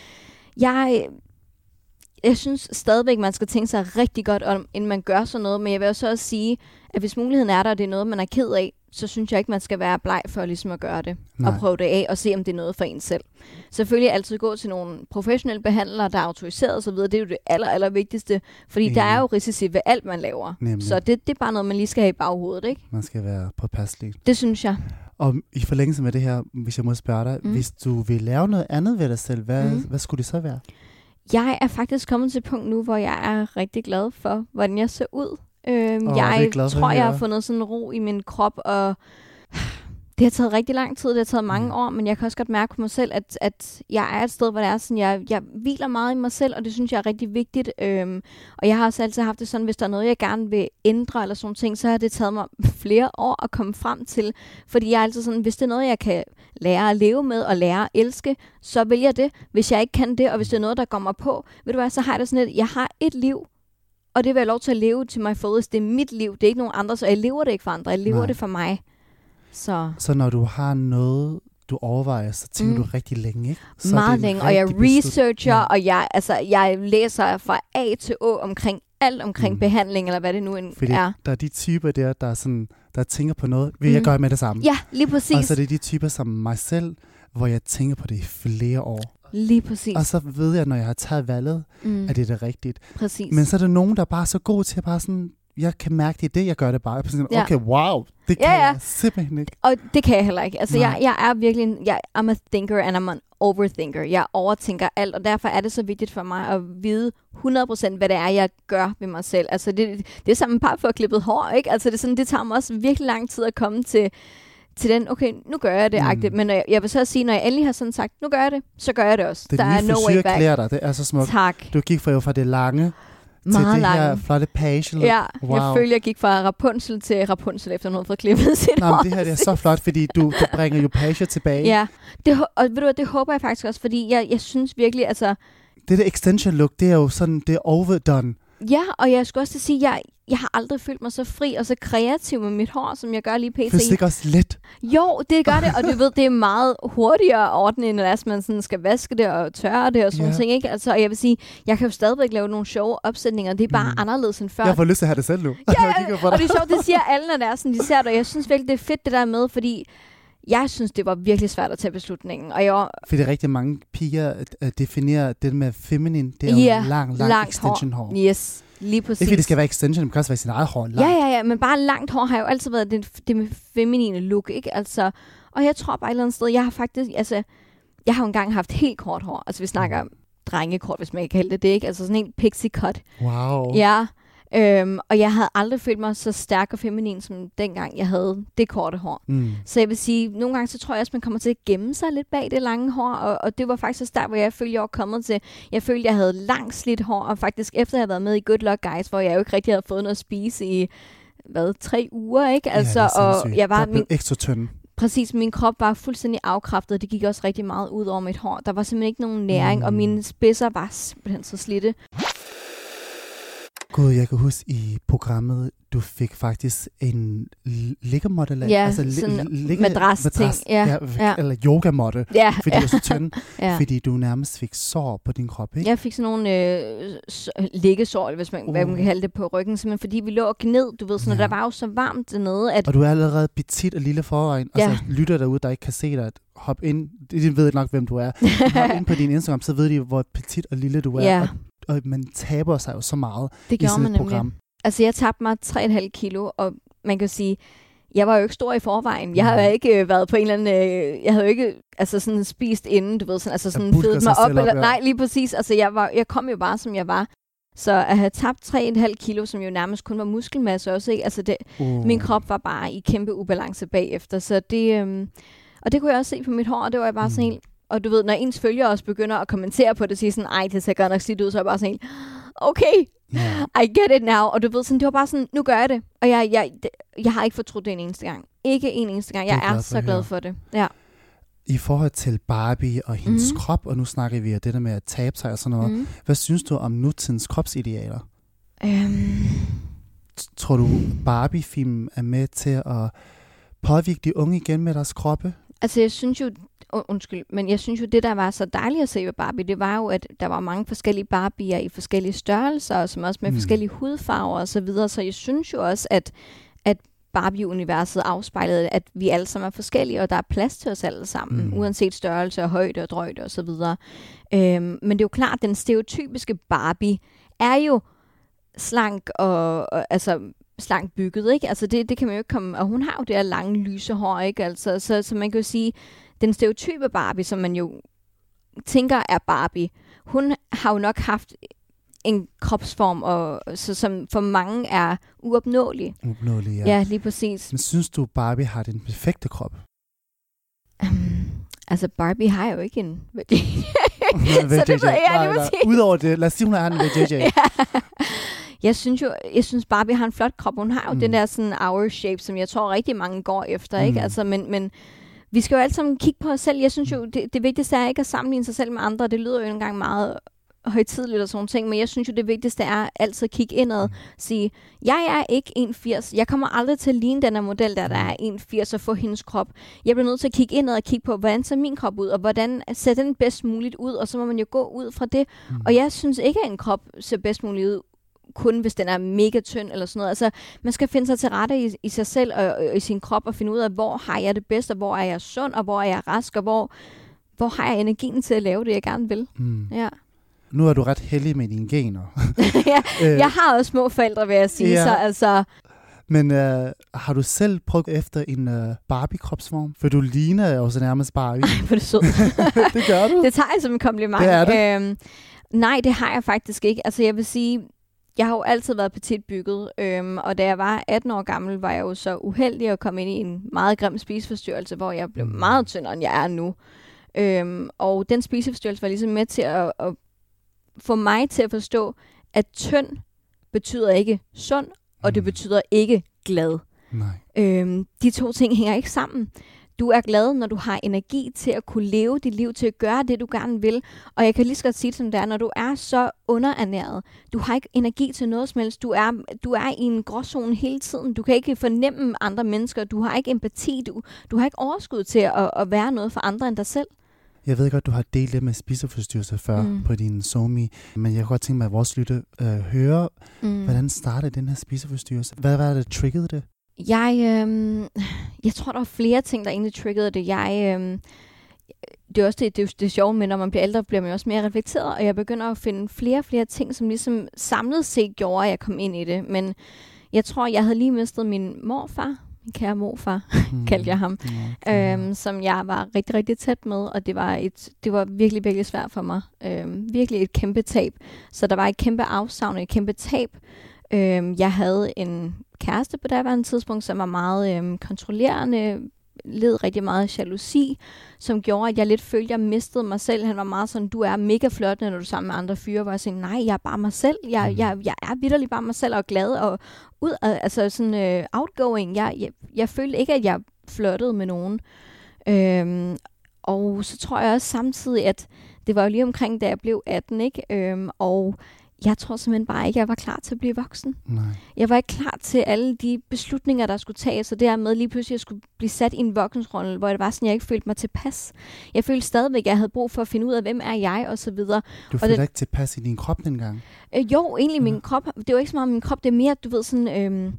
jeg synes stadigvæk, man skal tænke sig rigtig godt om, inden man gør sådan noget, men jeg vil også sige, at hvis muligheden er der, og det er noget, man er ked af, så synes jeg ikke, man skal være bleg for ligesom at gøre det. Og prøve det af og se, om det er noget for en selv. Selvfølgelig altid gå til nogle professionelle behandlere, der er autoriseret osv. Det er jo det aller vigtigste, fordi der er jo risici ved alt, man laver. Nemlig. Så det er bare noget, man lige skal have i baghovedet, ikke? Man skal være påpasselig. Det synes jeg. Og i forlængelse med det her, hvis jeg må spørge dig, hvis du vil lave noget andet ved dig selv, hvad skulle det så være? Jeg er faktisk kommet til et punkt nu, hvor jeg er rigtig glad for, hvordan jeg ser ud. Jeg tror, jeg har fundet sådan ro i min krop, og det har taget rigtig lang tid, det har taget mange år, men jeg kan også godt mærke på mig selv, at jeg er et sted, hvor det er sådan, jeg hviler meget i mig selv, og det synes jeg er rigtig vigtigt. Og jeg har også altid haft det sådan, hvis der er noget, jeg gerne vil ændre eller sådan ting, så har det taget mig flere år at komme frem til. Fordi jeg er altid sådan, hvis det er noget, jeg kan lære at leve med og lære at elske, så vil jeg det. Hvis jeg ikke kan det, og hvis det er noget, der går mig på, ved du hvad, så har jeg det sådan, at jeg har et liv, og det vil jeg lov til at leve til my fullest. Det er mit liv, det er ikke nogen andre, så jeg lever det ikke for andre, jeg lever det for mig. Så når du har noget, du overvejer, så tænker du rigtig længe, ikke? Så meget længe, og jeg researcher, og jeg læser fra A til Å omkring alt omkring behandling, eller hvad det nu er. Fordi der er de typer der tænker på noget, vil jeg gøre med det samme. Ja, lige præcis. Og så er det de typer som mig selv, hvor jeg tænker på det i flere år. Lige præcis. Og så ved jeg, når jeg har taget valget, at det er det rigtigt. Præcis. Men så er der nogen, der er bare så god til at bare sådan, jeg kan mærke det, jeg gør det bare. Okay, wow, det kan jeg simpelthen ikke. Og det kan jeg heller ikke. Altså, jeg er virkelig, I'm a thinker, and I'm an overthinker. Jeg overtænker alt, og derfor er det så vigtigt for mig at vide 100%, hvad det er, jeg gør ved mig selv. Altså, det er som bare for at klippet hår, ikke? Altså, det tager mig også virkelig lang tid at komme til den, okay, nu gør jeg det, men jeg vil så sige, når jeg endelig har sådan sagt, nu gør jeg det, så gør jeg det også. Der er no way back. Dig. Det er så smukt. Tak. Du gik fra det lange til det her flotte page. Ja, wow. Jeg føler, jeg gik fra Rapunzel til Rapunzel, efter nogen fået klippet sit hår. Det her det er så flot, fordi du bringer jo page tilbage. Ja, og ved du, det håber jeg faktisk også, fordi jeg synes virkelig, altså... Det der extension look, det er jo sådan, det er overdone. Ja, og jeg skulle også sige, jeg har aldrig følt mig så fri og så kreativ med mit hår, som jeg gør lige pt. Det er ikke også let? Jo, det gør det, og du ved, det er meget hurtigere at ordne, end at man sådan skal vaske det og tørre det og sådan ting, ikke? Altså, og jeg vil sige, jeg kan jo stadigvæk lave nogle sjove opsætninger, det er bare anderledes end før. Jeg får lyst til at have det selv nu. Ja, og det er sjovt, det siger alle, når det er sådan, de ser det, og jeg synes virkelig, det er fedt det der med, fordi jeg synes, det var virkelig svært at tage beslutningen. Og fordi rigtig mange piger definerer det med feminin, det er jo lang extension hår. Yes, lige præcis. Ikke fordi det skal være extension, det kan også være sin eget hår. Ja, men bare langt hår har jo altid været det med feminine look, ikke? Altså, og jeg tror bare et eller andet sted, jeg har faktisk, altså, jeg har jo engang haft helt kort hår. Altså, vi snakker drengekort, hvis man kan kalde det, ikke? Altså sådan en pixie cut. Wow. Ja. Og jeg havde aldrig følt mig så stærk og feminin, som dengang jeg havde det korte hår. Så jeg vil sige, nogle gange så tror jeg også, man kommer til at gemme sig lidt bag det lange hår, og det var faktisk også der, hvor jeg følte, jeg var kommet til. Jeg følte, jeg havde langt slidt hår, og faktisk efter jeg havde været med i Good Luck Guys, hvor jeg jo ikke rigtig havde fået noget at spise i 3 uger, ikke? Altså, ja, det er og jeg var... Der blev ekstra tynd. Præcis, min krop var fuldstændig afkræftet. Det gik også rigtig meget ud over mit hår. Der var simpelthen ikke nogen næring, og mine spidser var simpelthen så slidte. Gud, jeg kan huske i programmet, du fik faktisk en liggemåtte. Ja, altså, sådan madras-ting. Ja. Eller yogamåtte, ja, fordi du var så tynd. Ja. Fordi du nærmest fik sår på din krop, ikke? Jeg fik sådan nogle liggesår, hvis man, hvad man kan kalde det, på ryggen. Simpelthen fordi vi lå og gned, du ved, sådan, der var jo så varmt dernede. At... Og du er allerede petit og lille forvejen. Altså lytter derude, der ikke kan se dig, at hop ind. De ved nok, hvem du er. Hop ind på din Instagram, så ved de, hvor petit og lille du er. Ja. Og man taber sig jo så meget det i sådan et nemlig. program. Altså, jeg tabte mig 3,5 kilo, og man kan sige, jeg var jo ikke stor i forvejen. Jeg har jo ikke været på en eller anden... jeg havde jo ikke sådan spist inden, du ved, sådan, altså sådan fedet mig op. Eller, nej, lige præcis. Altså, jeg kom jo bare, som jeg var. Så at have tabt 3,5 kilo, som jo nærmest kun var muskelmasse også, ikke? Altså, min krop var bare i kæmpe ubalance bagefter. Så det... og det kunne jeg også se på mit hår, og det var jeg bare sådan helt... Og du ved, når ens følgere også begynder at kommentere på det, og sige sådan, ej, det ser godt nok slidt ud, så er jeg bare sådan helt, okay, I get it now. Og du ved, sådan, det var bare sådan, nu gør jeg det. Og jeg har ikke fortrudt det en eneste gang. Ikke en eneste gang. Jeg er så glad for det. Ja. I forhold til Barbie og hendes krop, og nu snakker vi om det der med at tabe sig og sådan noget. Hvad synes du om nutidens kropsidealer? Tror du, Barbie-filmen er med til at påvirke de unge igen med deres kroppe? Altså, jeg synes jo, men jeg synes jo, det der var så dejligt at se ved Barbie, det var jo, at der var mange forskellige Barbier i forskellige størrelser, som også med forskellige hudfarver og så videre. Så jeg synes jo også, at Barbie-universet afspejlede, at vi alle sammen er forskellige, og der er plads til os alle sammen, uanset størrelse og højde og drøjde og så videre. Men det er jo klart, at den stereotypiske Barbie er jo slank og altså slank bygget, ikke? Altså det kan man jo ikke komme... Og hun har jo det her lange, lyse hår, ikke? Altså, så man kan jo sige, den stereotype Barbie, som man jo tænker er Barbie, hun har jo nok haft en kropsform, og som for mange er uopnåelig. Uopnåelig, ja. Ja, lige præcis. Men synes du, Barbie har den perfekte krop? Altså, Barbie har jo ikke en værdi. Så det ved jeg lige præcis. Udover det, lad os sige, hun har en ved JJ. Ja. Jeg synes Barbie har en flot krop. Hun har jo den der sådan hour shape, som jeg tror rigtig mange går efter, ikke? Altså, men vi skal jo alle sammen kigge på os selv. Jeg synes jo, det vigtigste er ikke at sammenligne sig selv med andre. Det lyder jo engang meget højtideligt og sådan ting, men jeg synes jo, det vigtigste er altid at kigge indad. Sige, jeg er ikke 1,80. Jeg kommer aldrig til at ligne den her model, der er 1,80 og få hendes krop. Jeg bliver nødt til at kigge indad og kigge på, hvordan ser min krop ud, og hvordan ser den bedst muligt ud, og så må man jo gå ud fra det. Og jeg synes ikke, at en krop ser bedst muligt ud, kun hvis den er mega tynd eller sådan noget. Altså, man skal finde sig til rette i sig selv og i sin krop og finde ud af, hvor har jeg det bedst, og hvor er jeg sund, og hvor er jeg rask, og hvor har jeg energien til at lave det, jeg gerne vil. Ja. Nu er du ret heldig med dine gener. Jeg har også små forældre, vil jeg sige. Ja. Så altså... Men har du selv prøvet efter en Barbie-kropsform? For du ligner jo så nærmest Barbie. Ej, hvor er det sød. Det gør du. Det tager jeg som en kompliment. Det er det. Nej, det har jeg faktisk ikke. Altså jeg vil sige, jeg har jo altid været petit bygget, og da jeg var 18 år gammel, var jeg jo så uheldig at komme ind i en meget grim spiseforstyrrelse, hvor jeg blev meget tyndere, end jeg er nu. Og den spiseforstyrrelse var ligesom med til at få mig til at forstå, at tynd betyder ikke sund, og det betyder ikke glad. Nej. De to ting hænger ikke sammen. Du er glad, når du har energi til at kunne leve dit liv, til at gøre det, du gerne vil. Og jeg kan lige så godt sige det, som det er, når du er så underernæret. Du har ikke energi til noget som helst. Du er i en gråzone hele tiden. Du kan ikke fornemme andre mennesker. Du har ikke empati. Du har ikke overskud til at være noget for andre end dig selv. Jeg ved godt, du har delt det med spiseforstyrrelser før på din SoMe, men jeg kan godt tænke mig, at vores lytte hører, hvordan startede den her spiseforstyrrelse? Hvad var det, der triggede det? Jeg tror, der var flere ting, der egentlig triggede det. Det er også det sjove, men når man bliver ældre, bliver man også mere reflekteret, og jeg begynder at finde flere og flere ting, som ligesom samlet set gjorde, at jeg kom ind i det. Men jeg tror, jeg havde lige mistet min morfar, min kære morfar, kaldte jeg ham, som jeg var rigtig, rigtig tæt med, og det var virkelig, virkelig svært for mig. Virkelig et kæmpe tab. Så der var et kæmpe afsavn, et kæmpe tab. Jeg havde en kæreste på daværende tidspunkt, som var meget kontrollerende, led rigtig meget af jalousi, som gjorde, at jeg lidt følte, at jeg mistede mig selv. Han var meget sådan, du er mega flot, når du er sammen med andre fyre, hvor jeg sagde, nej, jeg er bare mig selv. Jeg er vitterligt bare mig selv og glad og altså sådan outgoing. Jeg følte ikke, at jeg flirtede med nogen. Og så tror jeg også samtidig, at det var jo lige omkring, da jeg blev 18, ikke? Og jeg tror simpelthen bare ikke, at jeg var klar til at blive voksen. Nej. Jeg var ikke klar til alle de beslutninger, der skulle tages, og dermed lige pludselig, at jeg skulle blive sat i en voksensrolle, hvor det var sådan, jeg ikke følte mig tilpas. Jeg følte stadigvæk, at jeg havde brug for at finde ud af, hvem er jeg, og så videre. Du følte dig ikke tilpas i din krop dengang? Jo, egentlig min krop. Det var ikke så meget min krop, det er mere, du ved, sådan,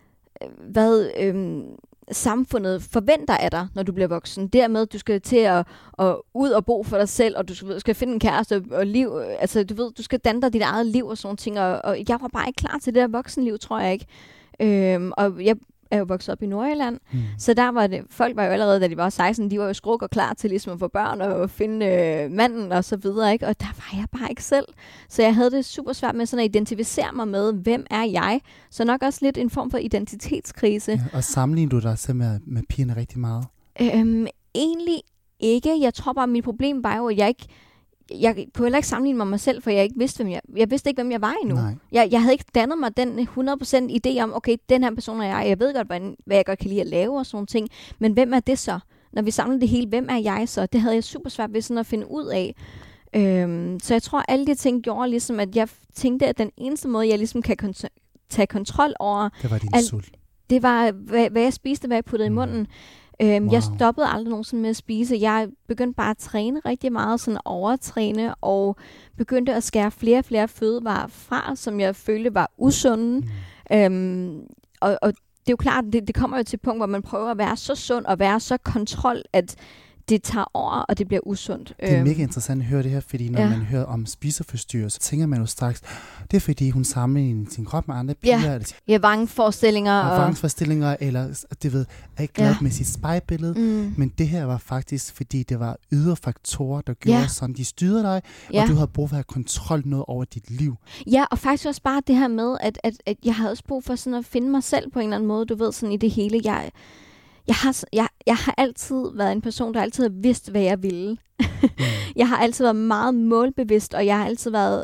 samfundet forventer af dig, når du bliver voksen. Dermed, du skal til at ud og bo for dig selv, og du skal finde en kæreste og liv. Altså, du ved, du skal danne dig dit eget liv og sådan ting. Og jeg var bare ikke klar til det der voksenliv, tror jeg ikke. Og jeg er jo vokset op i Nordjylland, så der var det, folk var jo allerede, da de var 16, de var jo skruk og klar til ligesom at få børn og finde manden og så videre, ikke? Og der var jeg bare ikke selv. Så jeg havde det super svært med sådan at identificere mig med, hvem er jeg? Så nok også lidt en form for identitetskrise. Ja, og sammenligner du dig selv med pigerne rigtig meget? Egentlig ikke. Jeg tror bare, at mit problem var jo, at jeg kunne heller ikke sammenligne mig selv, for jeg ikke vidste, jeg vidste ikke, hvem jeg var endnu. Jeg havde ikke dannet mig den 100% idé om, okay, den her person er jeg. Jeg ved godt, hvad jeg godt kan lide at lave og sådan ting. Men hvem er det så? Når vi samler det hele, hvem er jeg så? Det havde jeg super svært ved sådan at finde ud af. Så jeg tror, at alle de ting gjorde ligesom, at jeg tænkte, at den eneste måde, jeg ligesom kan tage kontrol over... Det var din sult. Det var, hvad jeg spiste, hvad jeg puttede i munden. Wow. Jeg stoppede aldrig nogensinde med at spise. Jeg begyndte bare at træne rigtig meget, sådan overtræne, og begyndte at skære flere og flere fødevarer fra, som jeg følte var usunde. Og det er jo klart, det kommer jo til et punkt, hvor man prøver at være så sund og være så kontrol, at det tager over, og det bliver usundt. Det er mega interessant at høre det her, fordi når man hører om spiseforstyrrelser, så tænker man jo straks, det er fordi, hun sammenligner sin krop med andre piger. Ja, vrangforestillinger. Eller du ved, er ikke glad med sit spejlbillede. Men det her var faktisk, fordi det var ydre faktorer, der gjorde sådan, de styrede dig, og du havde brug for at have kontrol noget over dit liv. Ja, og faktisk også bare det her med, at jeg havde også brug for sådan at finde mig selv på en eller anden måde, du ved, sådan i det hele. Jeg har altid været en person, der altid har vidst, hvad jeg ville. Jeg har altid været meget målbevidst, og jeg har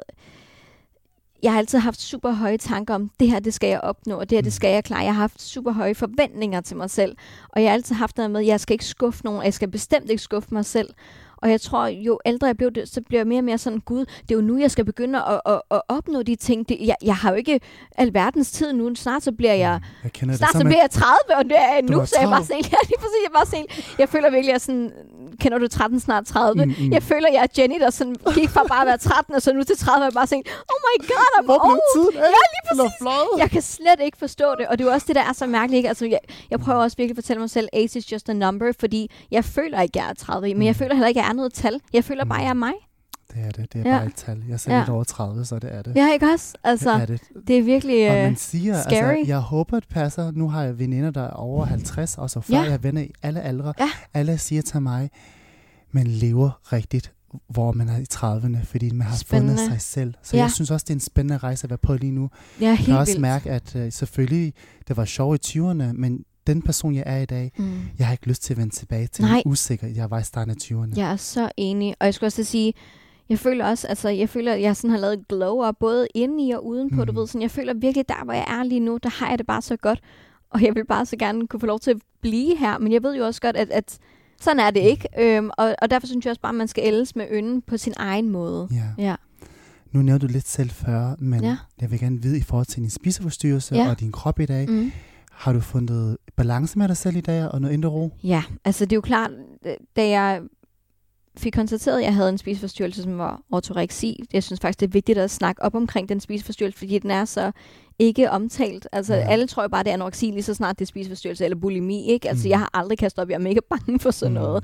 altid haft super høje tanker om, det her, det skal jeg opnå, og det her, det skal jeg klare. Jeg har haft super høje forventninger til mig selv, og jeg har altid haft noget med, at jeg skal ikke skuffe nogen, jeg skal bestemt ikke skuffe mig selv. Og jeg tror, jo ældre jeg blev, så bliver jeg mere og mere sådan, gud, det er jo nu, jeg skal begynde at opnå de ting. Jeg har jo ikke alverdens tid nu. Snart så bliver jeg... så bliver jeg 30, og det er nu, så jeg bare sådan, jeg føler virkelig, jeg sådan... Kender du 13, snart 30? Jeg føler, jeg er Jenny, der sådan gik fra bare at være 13, og så nu til 30, og jeg bare sådan, oh my god, I'm old. Ja, lige præcis. Jeg kan slet ikke forstå det, og det er jo også det, der er så mærkeligt. Ikke? Altså, jeg prøver også virkelig at fortælle mig selv, age is just a number, fordi jeg føler ikke, jeg er 30, men jeg føler heller ikke, jeg er noget tal. Jeg føler bare, jeg er mig. Det er det. Det er bare et tal. Jeg er lidt over 30, så det er det. Ja, ikke også? Altså, det er virkelig og man siger, scary. Altså, jeg håber, det passer. Nu har jeg veninder, der er over 50, og så før jeg har venner i alle aldre. Ja. Alle siger til mig, man lever rigtigt, hvor man er i 30'erne, fordi man har fundet sig selv. Så jeg synes også, det er en spændende rejse at være på lige nu. Ja, helt jeg kan også mærke, at selvfølgelig, det var sjovt i 20'erne, men den person, jeg er i dag, jeg har ikke lyst til at vende tilbage til. Jeg er usikker. Jeg var i starten af 20'erne. Jeg er så enig. Og jeg skulle også sige, jeg føler også, at jeg sådan har lavet glow-up, både inde i og udenpå, du ved. Sådan, jeg føler virkelig, der hvor jeg er lige nu, der har jeg det bare så godt. Og jeg vil bare så gerne kunne få lov til at blive her. Men jeg ved jo også godt, at sådan er det ikke. Og derfor synes jeg også bare, at man skal ældes med ynden på sin egen måde. Ja. Nu nævnte du lidt selv før, men jeg vil gerne vide i forhold til din spiseforstyrrelse og din krop i dag. Har du fundet balance med dig selv i dag og noget indre ro? Ja, altså det er jo klart, da jeg fik konstateret, at jeg havde en spiseforstyrrelse, som var ortoreksi. Jeg synes faktisk, det er vigtigt at snakke op omkring den spiseforstyrrelse, fordi den er så ikke omtalt. Altså alle tror jo bare, det er anoreksi, lige så snart det er spiseforstyrrelse eller bulimi, ikke? Altså jeg har aldrig kastet op, jeg er mega bange for sådan noget.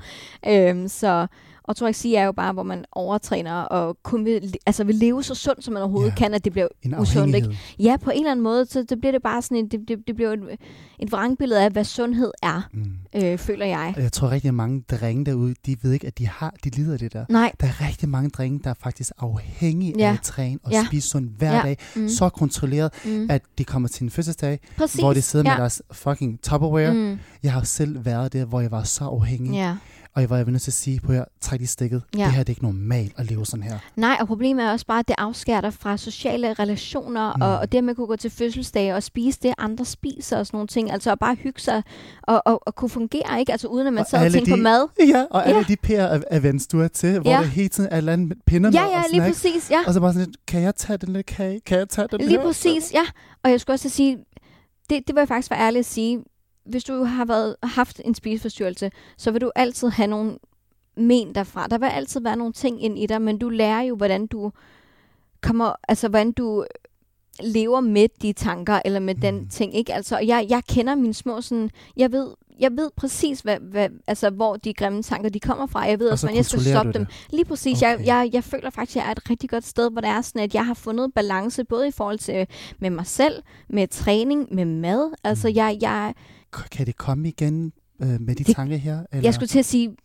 Så ortoreksi er jo bare, hvor man overtræner og kun vil leve så sundt, som man overhovedet kan, at det bliver usundt, ikke? Ja, på en eller anden måde, så det bliver det bare sådan, det bliver et vrangbillede af, hvad sundhed er, føler jeg. Jeg tror rigtig mange drenge derude, de ved ikke, at de lider af det der. Nej. Der er rigtig mange drenge, der er faktisk afhængige af at træne og spise sundt hver dag, så kontrolleret. at de kommer til en fødselsdag, Præcis. hvor de sidder med deres fucking Tupperware. Jeg har selv været der, hvor jeg var så afhængig. Ja. Og jeg var nødt til at sige, på her, træk i stikket. Det her det er ikke normalt at leve sådan her. Nej, og problemet er også bare, at det afskærer dig fra sociale relationer, og det med at kunne gå til fødselsdage og spise det, andre spiser og sådan nogle ting. Altså at bare hygge sig og kunne fungere, ikke? Altså uden at man sad og tænkte på mad. Ja, og alle de PR-events, du er til, hvor det hele tiden er et eller andet pinder med og snacks. Lige præcis, ja. Og så bare sådan lidt, kan jeg tage den lidt kage? Kan jeg tage den lige præcis, ja. Og jeg skulle også sige, det vil jeg faktisk være ærlig at sige, hvis du har haft en spiseforstyrrelse, så vil du altid have nogle men derfra. Der vil altid være nogle ting ind i dig, men du lærer jo, hvordan du lever med de tanker, eller med den ting, ikke? Altså, jeg kender mine små sådan, jeg ved præcis, hvor de grimme tanker, de kommer fra. Jeg ved også, hvordan jeg skal stoppe dem. Lige præcis. Okay. Jeg føler faktisk, at jeg er et rigtig godt sted, hvor det er sådan, at jeg har fundet balance, både i forhold til med mig selv, med træning, med mad. Altså, jeg kan det komme igen med de tanker her? Eller? Jeg skulle til at sige,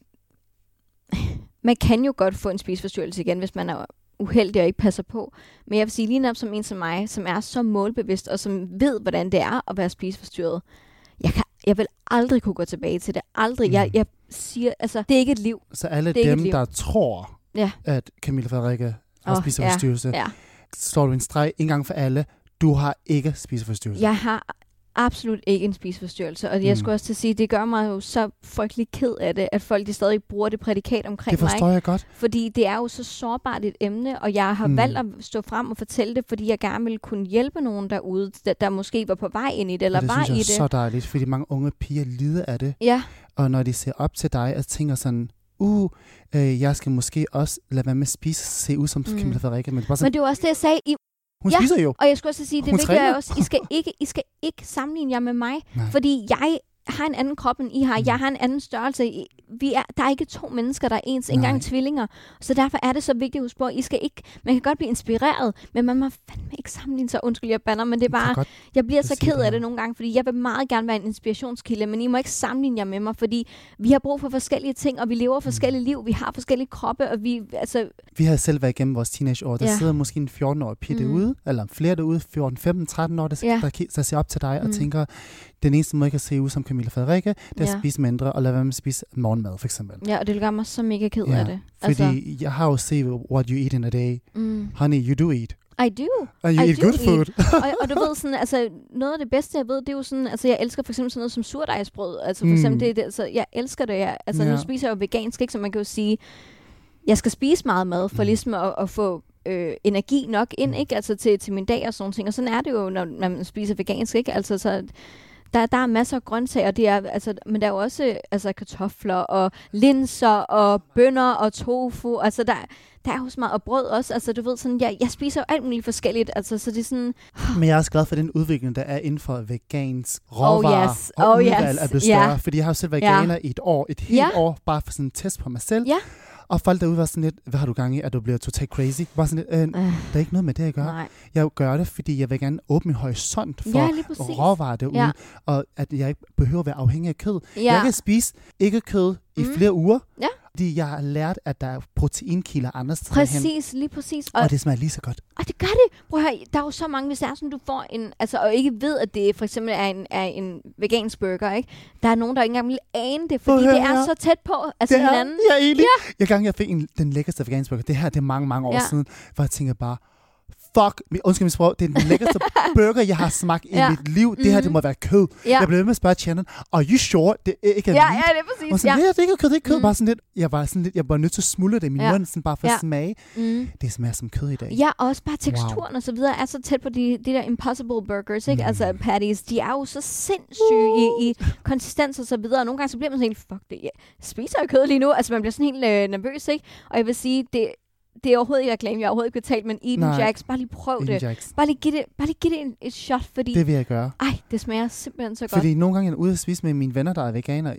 man kan jo godt få en spiseforstyrrelse igen, hvis man er uheldig og ikke passer på. Men jeg vil sige, lige netop som en som mig, som er så målbevidst, og som ved, hvordan det er at være spiseforstyrret. Jeg vil aldrig kunne gå tilbage til det. Aldrig. Jeg siger, altså, det er ikke et liv. Så alle dem, der tror, at Camilla Frederikke har spiseforstyrrelse, slår du en streg en gang for alle. Du har ikke spiseforstyrrelse. Jeg har absolut ikke en spiseforstyrrelse. Og jeg skulle også til at sige, det gør mig jo så frygtelig ked af det, at folk de stadig bruger det prædikat omkring mig. Det forstår jeg godt. Fordi det er jo så sårbart et emne, og jeg har valgt at stå frem og fortælle det, fordi jeg gerne vil kunne hjælpe nogen derude, der måske var på vej ind i det, eller var i det. Det synes jeg er så dejligt, fordi mange unge piger lider af det. Ja. Og når de ser op til dig og tænker sådan, jeg skal måske også lade være med at spise, se ud som Camilla Frederikke. Men det var også det, jeg sagde. Hun spiser jo. Og jeg skulle også sige, det vigtige er også, I skal ikke sammenligne jer med mig. Nej. Fordi jeg har en anden krop, end I har. Jeg har en anden størrelse. Der er ikke to mennesker, der er ens, ikke engang tvillinger. Så derfor er det så vigtigt at huske på, man kan godt blive inspireret, men man må fandme ikke sammenligne sig. Undskyld, jeg bander, men det er bare, jeg bliver så ked af det nogle gange, fordi jeg vil meget gerne være en inspirationskilde, men I må ikke sammenligne jer med mig, fordi vi har brug for forskellige ting, og vi lever forskellige liv, vi har forskellige kroppe, og vi har selv været igennem vores teenageår. Der sidder måske en 14-årig pige derude, eller flere derude, 14, 15, 13 år, der ser op til dig og tænker, den eneste måde, jeg kan se ud som Camilla Frederikke, det er at spise mindre og lade være med at spise morgenmad, for eksempel. Ja, og det gør mig så mega ked af det. Fordi jeg har jo set, what you eat in a day. Honey, you do eat. I do. And you eat good food. og du ved sådan, altså noget af det bedste, jeg ved, det er jo sådan, altså jeg elsker for eksempel sådan noget som surdejsbrød. Altså for eksempel, altså jeg elsker det. Nu spiser jeg jo vegansk, ikke, så man kan jo sige, jeg skal spise meget mad, for ligesom at få energi nok ind, ikke? Altså til min dag og sådan ting. Og sådan er det jo, når man spiser vegansk, ikke? Altså så der er masser af grøntsager, men der er jo også kartofler og linser og bønner og tofu. Altså der er jo så meget, og brød også. Altså du ved sådan, jeg spiser jo alt muligt forskelligt. Altså så det er sådan. Men jeg er også glad for den udvikling, der er inden for vegansk råvarer og udvalg er blevet større. Fordi jeg har jo selv været veganer i et helt år, bare for sådan en test på mig selv. Ja. Og folk derude var sådan lidt, hvad har du gang i, at du bliver totalt crazy? Bare sådan lidt, der er ikke noget med det, jeg gør. Nej. Jeg gør det, fordi jeg vil gerne åbne min horisont for råvarer derude, og at jeg ikke behøver at være afhængig af kød. Ja. Jeg kan spise ikke kød i flere uger, fordi jeg har lært, at der er proteinkilder andre steder hen. Præcis, lige præcis. Og det smager lige så godt. Og det gør det. Prøv at høre, der er jo så mange, hvis det er sådan, du får en, og ikke ved, at det for eksempel er en vegansk burger, ikke? Der er nogen, der ikke engang vil ane det, fordi det er så tæt på hinanden. Ja, egentlig. Ja. Jeg den lækkerste vegansk burger, det er mange år siden, hvor jeg tænker bare, undskyld mit sprog, det er den lækkerste burger, jeg har smagt i mit liv. Det her, det må være kød. Ja. Jeg blev ved med at spørge Shannon, are you sure, det er ikke meat? Ja, det er præcis. Og sådan, det er ikke kød, det er ikke kød. Bare sådan lidt, jeg var nødt til at smuldre det i min mund, sådan bare for at smage. Det smager som kød i dag. Ja, og også bare teksturen og så videre er så tæt på de der Impossible Burgers, ikke? Altså patties, de er jo så sindssyge i konsistens og så videre. Og nogle gange så bliver man sådan helt, fuck det, spiser jeg kød lige nu? Altså man bliver sådan helt nervøs, ikke? Og jeg vil sige, det er overhovedet ikke reklame, jeg har overhovedet ikke betalt, men Eden Jacks, bare lige prøv det. Bare lige giv det et shot, fordi det vil jeg gøre. Det smager simpelthen så godt. Fordi nogle gange er jeg ude at spise med mine venner, der er veganer.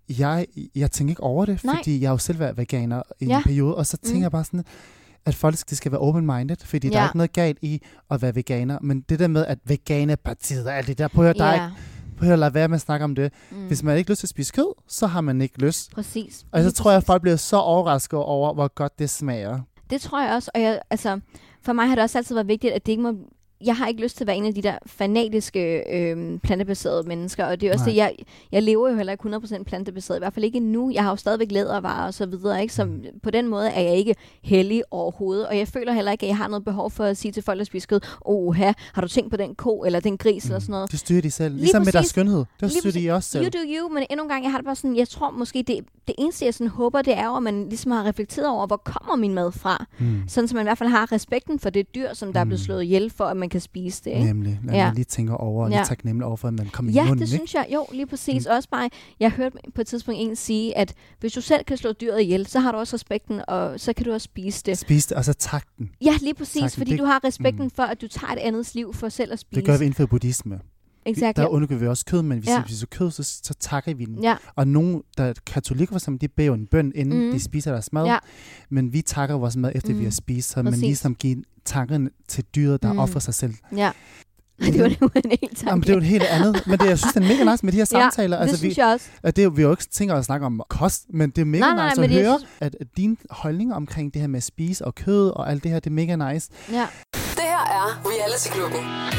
Jeg tænker ikke over det, fordi jeg har jo selv været veganer i en periode, og så tænker jeg bare sådan, at folk skal være open-minded, fordi der er ikke noget galt i at være veganer, men det der med, at veganerpartiet og alt det der, prøv at lade være med at snakke om det. Hvis man ikke har lyst til at spise kød, så har man ikke lyst. Præcis. Og så tror jeg, at folk bliver så overrasket over, hvor godt det smager. Det tror jeg også, og for mig har det også altid været vigtigt, at det ikke må jeg har ikke lyst til at være en af de der fanatiske plantebaserede mennesker, og det er også det, jeg lever jo heller ikke 100% plantebaseret, i hvert fald ikke endnu. Jeg har jo stadigvæk lædervarer og så videre, ikke? Så på den måde er jeg ikke hellig overhovedet, og jeg føler heller ikke, at jeg har noget behov for at sige til folk, der spiser kød, har du tænkt på den ko eller den gris eller sådan noget. Det styrer de selv. Ligesom med deres skønhed. Det styrer de også selv. You do you, men endnu en gang, jeg har det bare sådan, jeg tror måske, det eneste, jeg sådan håber, det er jo, at man ligesom har reflekteret over, hvor kommer min mad fra? Sådan, så man i hvert fald har respekten for det dyr, som der er blevet slået ihjel for, at man kan spise det. Ikke? Nemlig. Lad mig lige tænke over, og lige taknemmelig over, for at man kommer i munden. Ja, det synes jeg. Jo, lige præcis. Også bare, jeg hørte på et tidspunkt en sige, at hvis du selv kan slå dyret ihjel, så har du også respekten, og så kan du også spise det. Spise det, og så tak den. Ja, lige præcis, fordi du har respekten for, at du tager et andets liv for selv at spise. Det gør vi inden for buddhisme. Exactly. Der undergår vi også kød, men hvis vi spiser kød, så takker vi den. Ja. Og nogle, der er katolikker for eksempel, de beder jo en bøn, inden de spiser deres mad. Ja. Men vi takker vores mad, efter vi har spist, så man ligesom giver takken til dyret, der offrer sig selv. Ja. Det var jo en helt tanke. Jamen, det er jo et helt andet. Men det, jeg synes, det er mega nice med de her samtaler. Det synes jeg også. Det er, vi jo ikke tænker at snakke om kost, men det er mega nice at høre, at dine holdninger omkring det her med at spise og kød og alt det her, det er mega nice. Ja. Det her er Reality Klubben.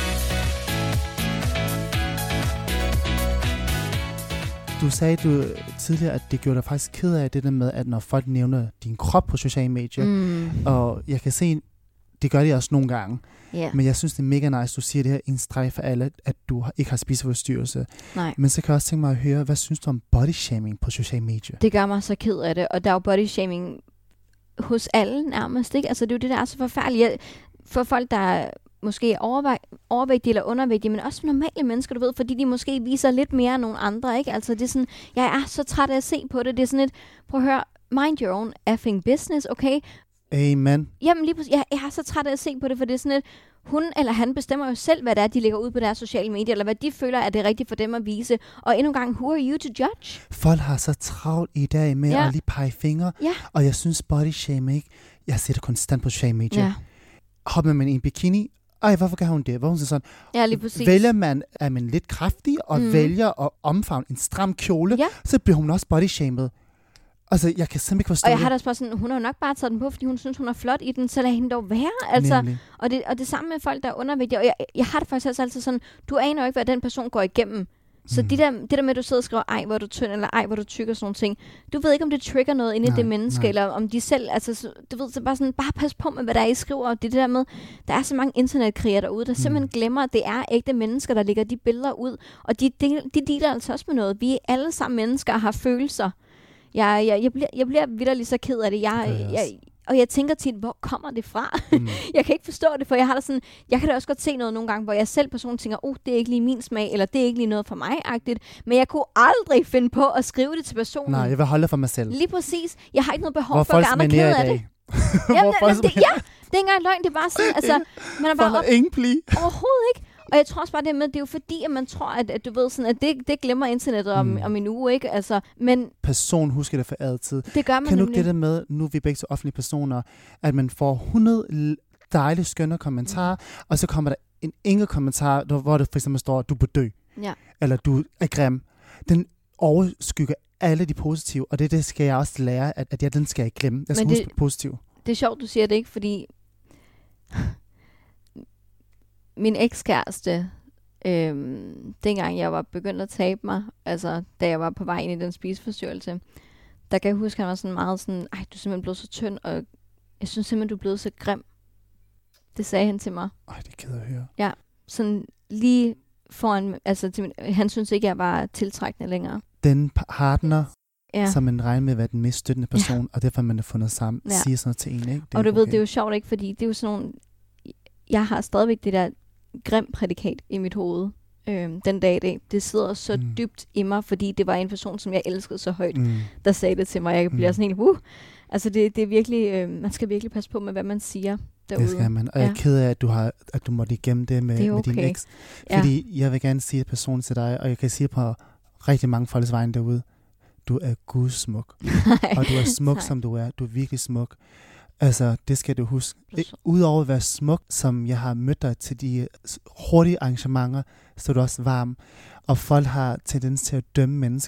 Du sagde tidligere, at det gjorde dig faktisk ked af det der med, at når folk nævner din krop på sociale medier, og jeg kan se, det gør de også nogle gange, men jeg synes, det er mega nice, du siger det her en streg for alle, at du ikke har spiseforstyrrelse. Nej. Men så kan jeg også tænke mig at høre, hvad synes du om bodyshaming på sociale medier? Det gør mig så ked af det, og der er jo bodyshaming hos alle nærmest, ikke? Altså det er jo det, der er så forfærdeligt. For folk, der måske overvægtige eller undervægtige, men også normale mennesker, du ved, fordi de måske viser lidt mere end nogle andre, ikke? Altså det er sådan, jeg er så træt af at se på det. Det er sådan et, prøv at høre, mind your own effing business, okay? Amen. Jamen lige pludselig, jeg er så træt af at se på det, for det er sådan et, hun eller han bestemmer jo selv, hvad det er, de lægger ud på deres sociale medier, eller hvad de føler, at det er rigtigt for dem at vise. Og endnu en gang, who are you to judge? Folk har så travlt i dag med at lige pege fingre, og jeg synes body shame, ikke? Jeg ser det konstant på sociale medier. Ja. Hopper man i en bikini, hvorfor kan hun det? Hvor hun siger sådan, lige præcis. Er man lidt kraftig, og vælger at omfavne en stram kjole, så bliver hun også bodyshamed. Altså, jeg kan simpelthen ikke forstå det. Og jeg har da også bare sådan, hun har jo nok bare taget den på, fordi hun synes, hun er flot i den, så lad hende dog være. Altså, og det samme med folk, der er undervægtige. Og jeg har det faktisk også altid sådan, du aner jo ikke, hvad den person går igennem. Så det der med, at du sidder og skriver, ej, hvor er du tynd, eller ej, hvor er du tyk, og sådan nogle ting. Du ved ikke, om det trigger noget inde i det menneske, eller om de selv, altså, du ved, så bare pas på med, hvad der er, I skriver. Og det der med, der er så mange internetkriger derude, der simpelthen glemmer, at det er ægte mennesker, der lægger de billeder ud. Og de dealer altså også med noget. Vi er alle sammen mennesker og har følelser. Jeg bliver vitterligt så ked af det. Og jeg tænker tit, hvor kommer det fra? Jeg kan ikke forstå det, for jeg kan da også godt se noget nogle gange, hvor jeg selv personligt tænker, det er ikke lige min smag, eller det er ikke lige noget for mig-agtigt. Men jeg kunne aldrig finde på at skrive det til personen. Nej, jeg vil holde for mig selv. Lige præcis. Jeg har ikke noget behov for at gøre andre ked af det. Jamen, det er ikke engang løgn, det er bare sådan, altså, man er bare ingen pli. Overhovedet ikke. Og jeg tror også bare det med, det er jo fordi, at man tror, at du ved sådan, at det glemmer internettet om en uge, ikke? Altså, men person husker det for altid. Det gør man kan du ikke det der med, nu er vi begge så offentlige personer, at man får 100 dejlige, skønne kommentarer, og så kommer der en enkelt kommentar, hvor det for eksempel står, du burde dø, eller du er grim. Den overskygger alle de positive, og det skal jeg også lære, at den skal jeg ikke glemme. Jeg skal huske positiv. Det er sjovt, du siger det, ikke? Fordi min ekskæreste, dengang jeg var begyndt at tabe mig, altså da jeg var på vej ind i den spiseforstyrrelse, der kan jeg huske, at han var sådan meget sådan, du er simpelthen blevet så tynd, og jeg synes simpelthen, du er blevet så grim. Det sagde han til mig. Det er ked at høre. Ja, sådan lige foran, altså han synes ikke, jeg var tiltrækkende længere. Den partner, som man regner med at være den mest støttende person, og derfor man har fundet sammen, siger sådan noget til en, ikke? Og du ved, det er jo sjovt, ikke? Fordi det er jo sådan nogle, jeg har stadigvæk det der grim prædikat i mit hoved den dag i dag. Det sidder så dybt i mig, fordi det var en person, som jeg elskede så højt, der sagde det til mig. Jeg bliver sådan helt, altså det er virkelig, man skal virkelig passe på med, hvad man siger derude. Det skal man. Og jeg er ked af, at du måtte igennem det med din eks. Fordi jeg vil gerne sige et person til dig, og jeg kan sige på rigtig mange folks vegne derude, du er gudsmuk. Og du er smuk, som du er. Du er virkelig smuk. Altså, det skal du huske. Udover at være smuk, som jeg har mødt dig til de hurtige arrangementer, så er du også varm. Og folk har tendens til at dømme mennesker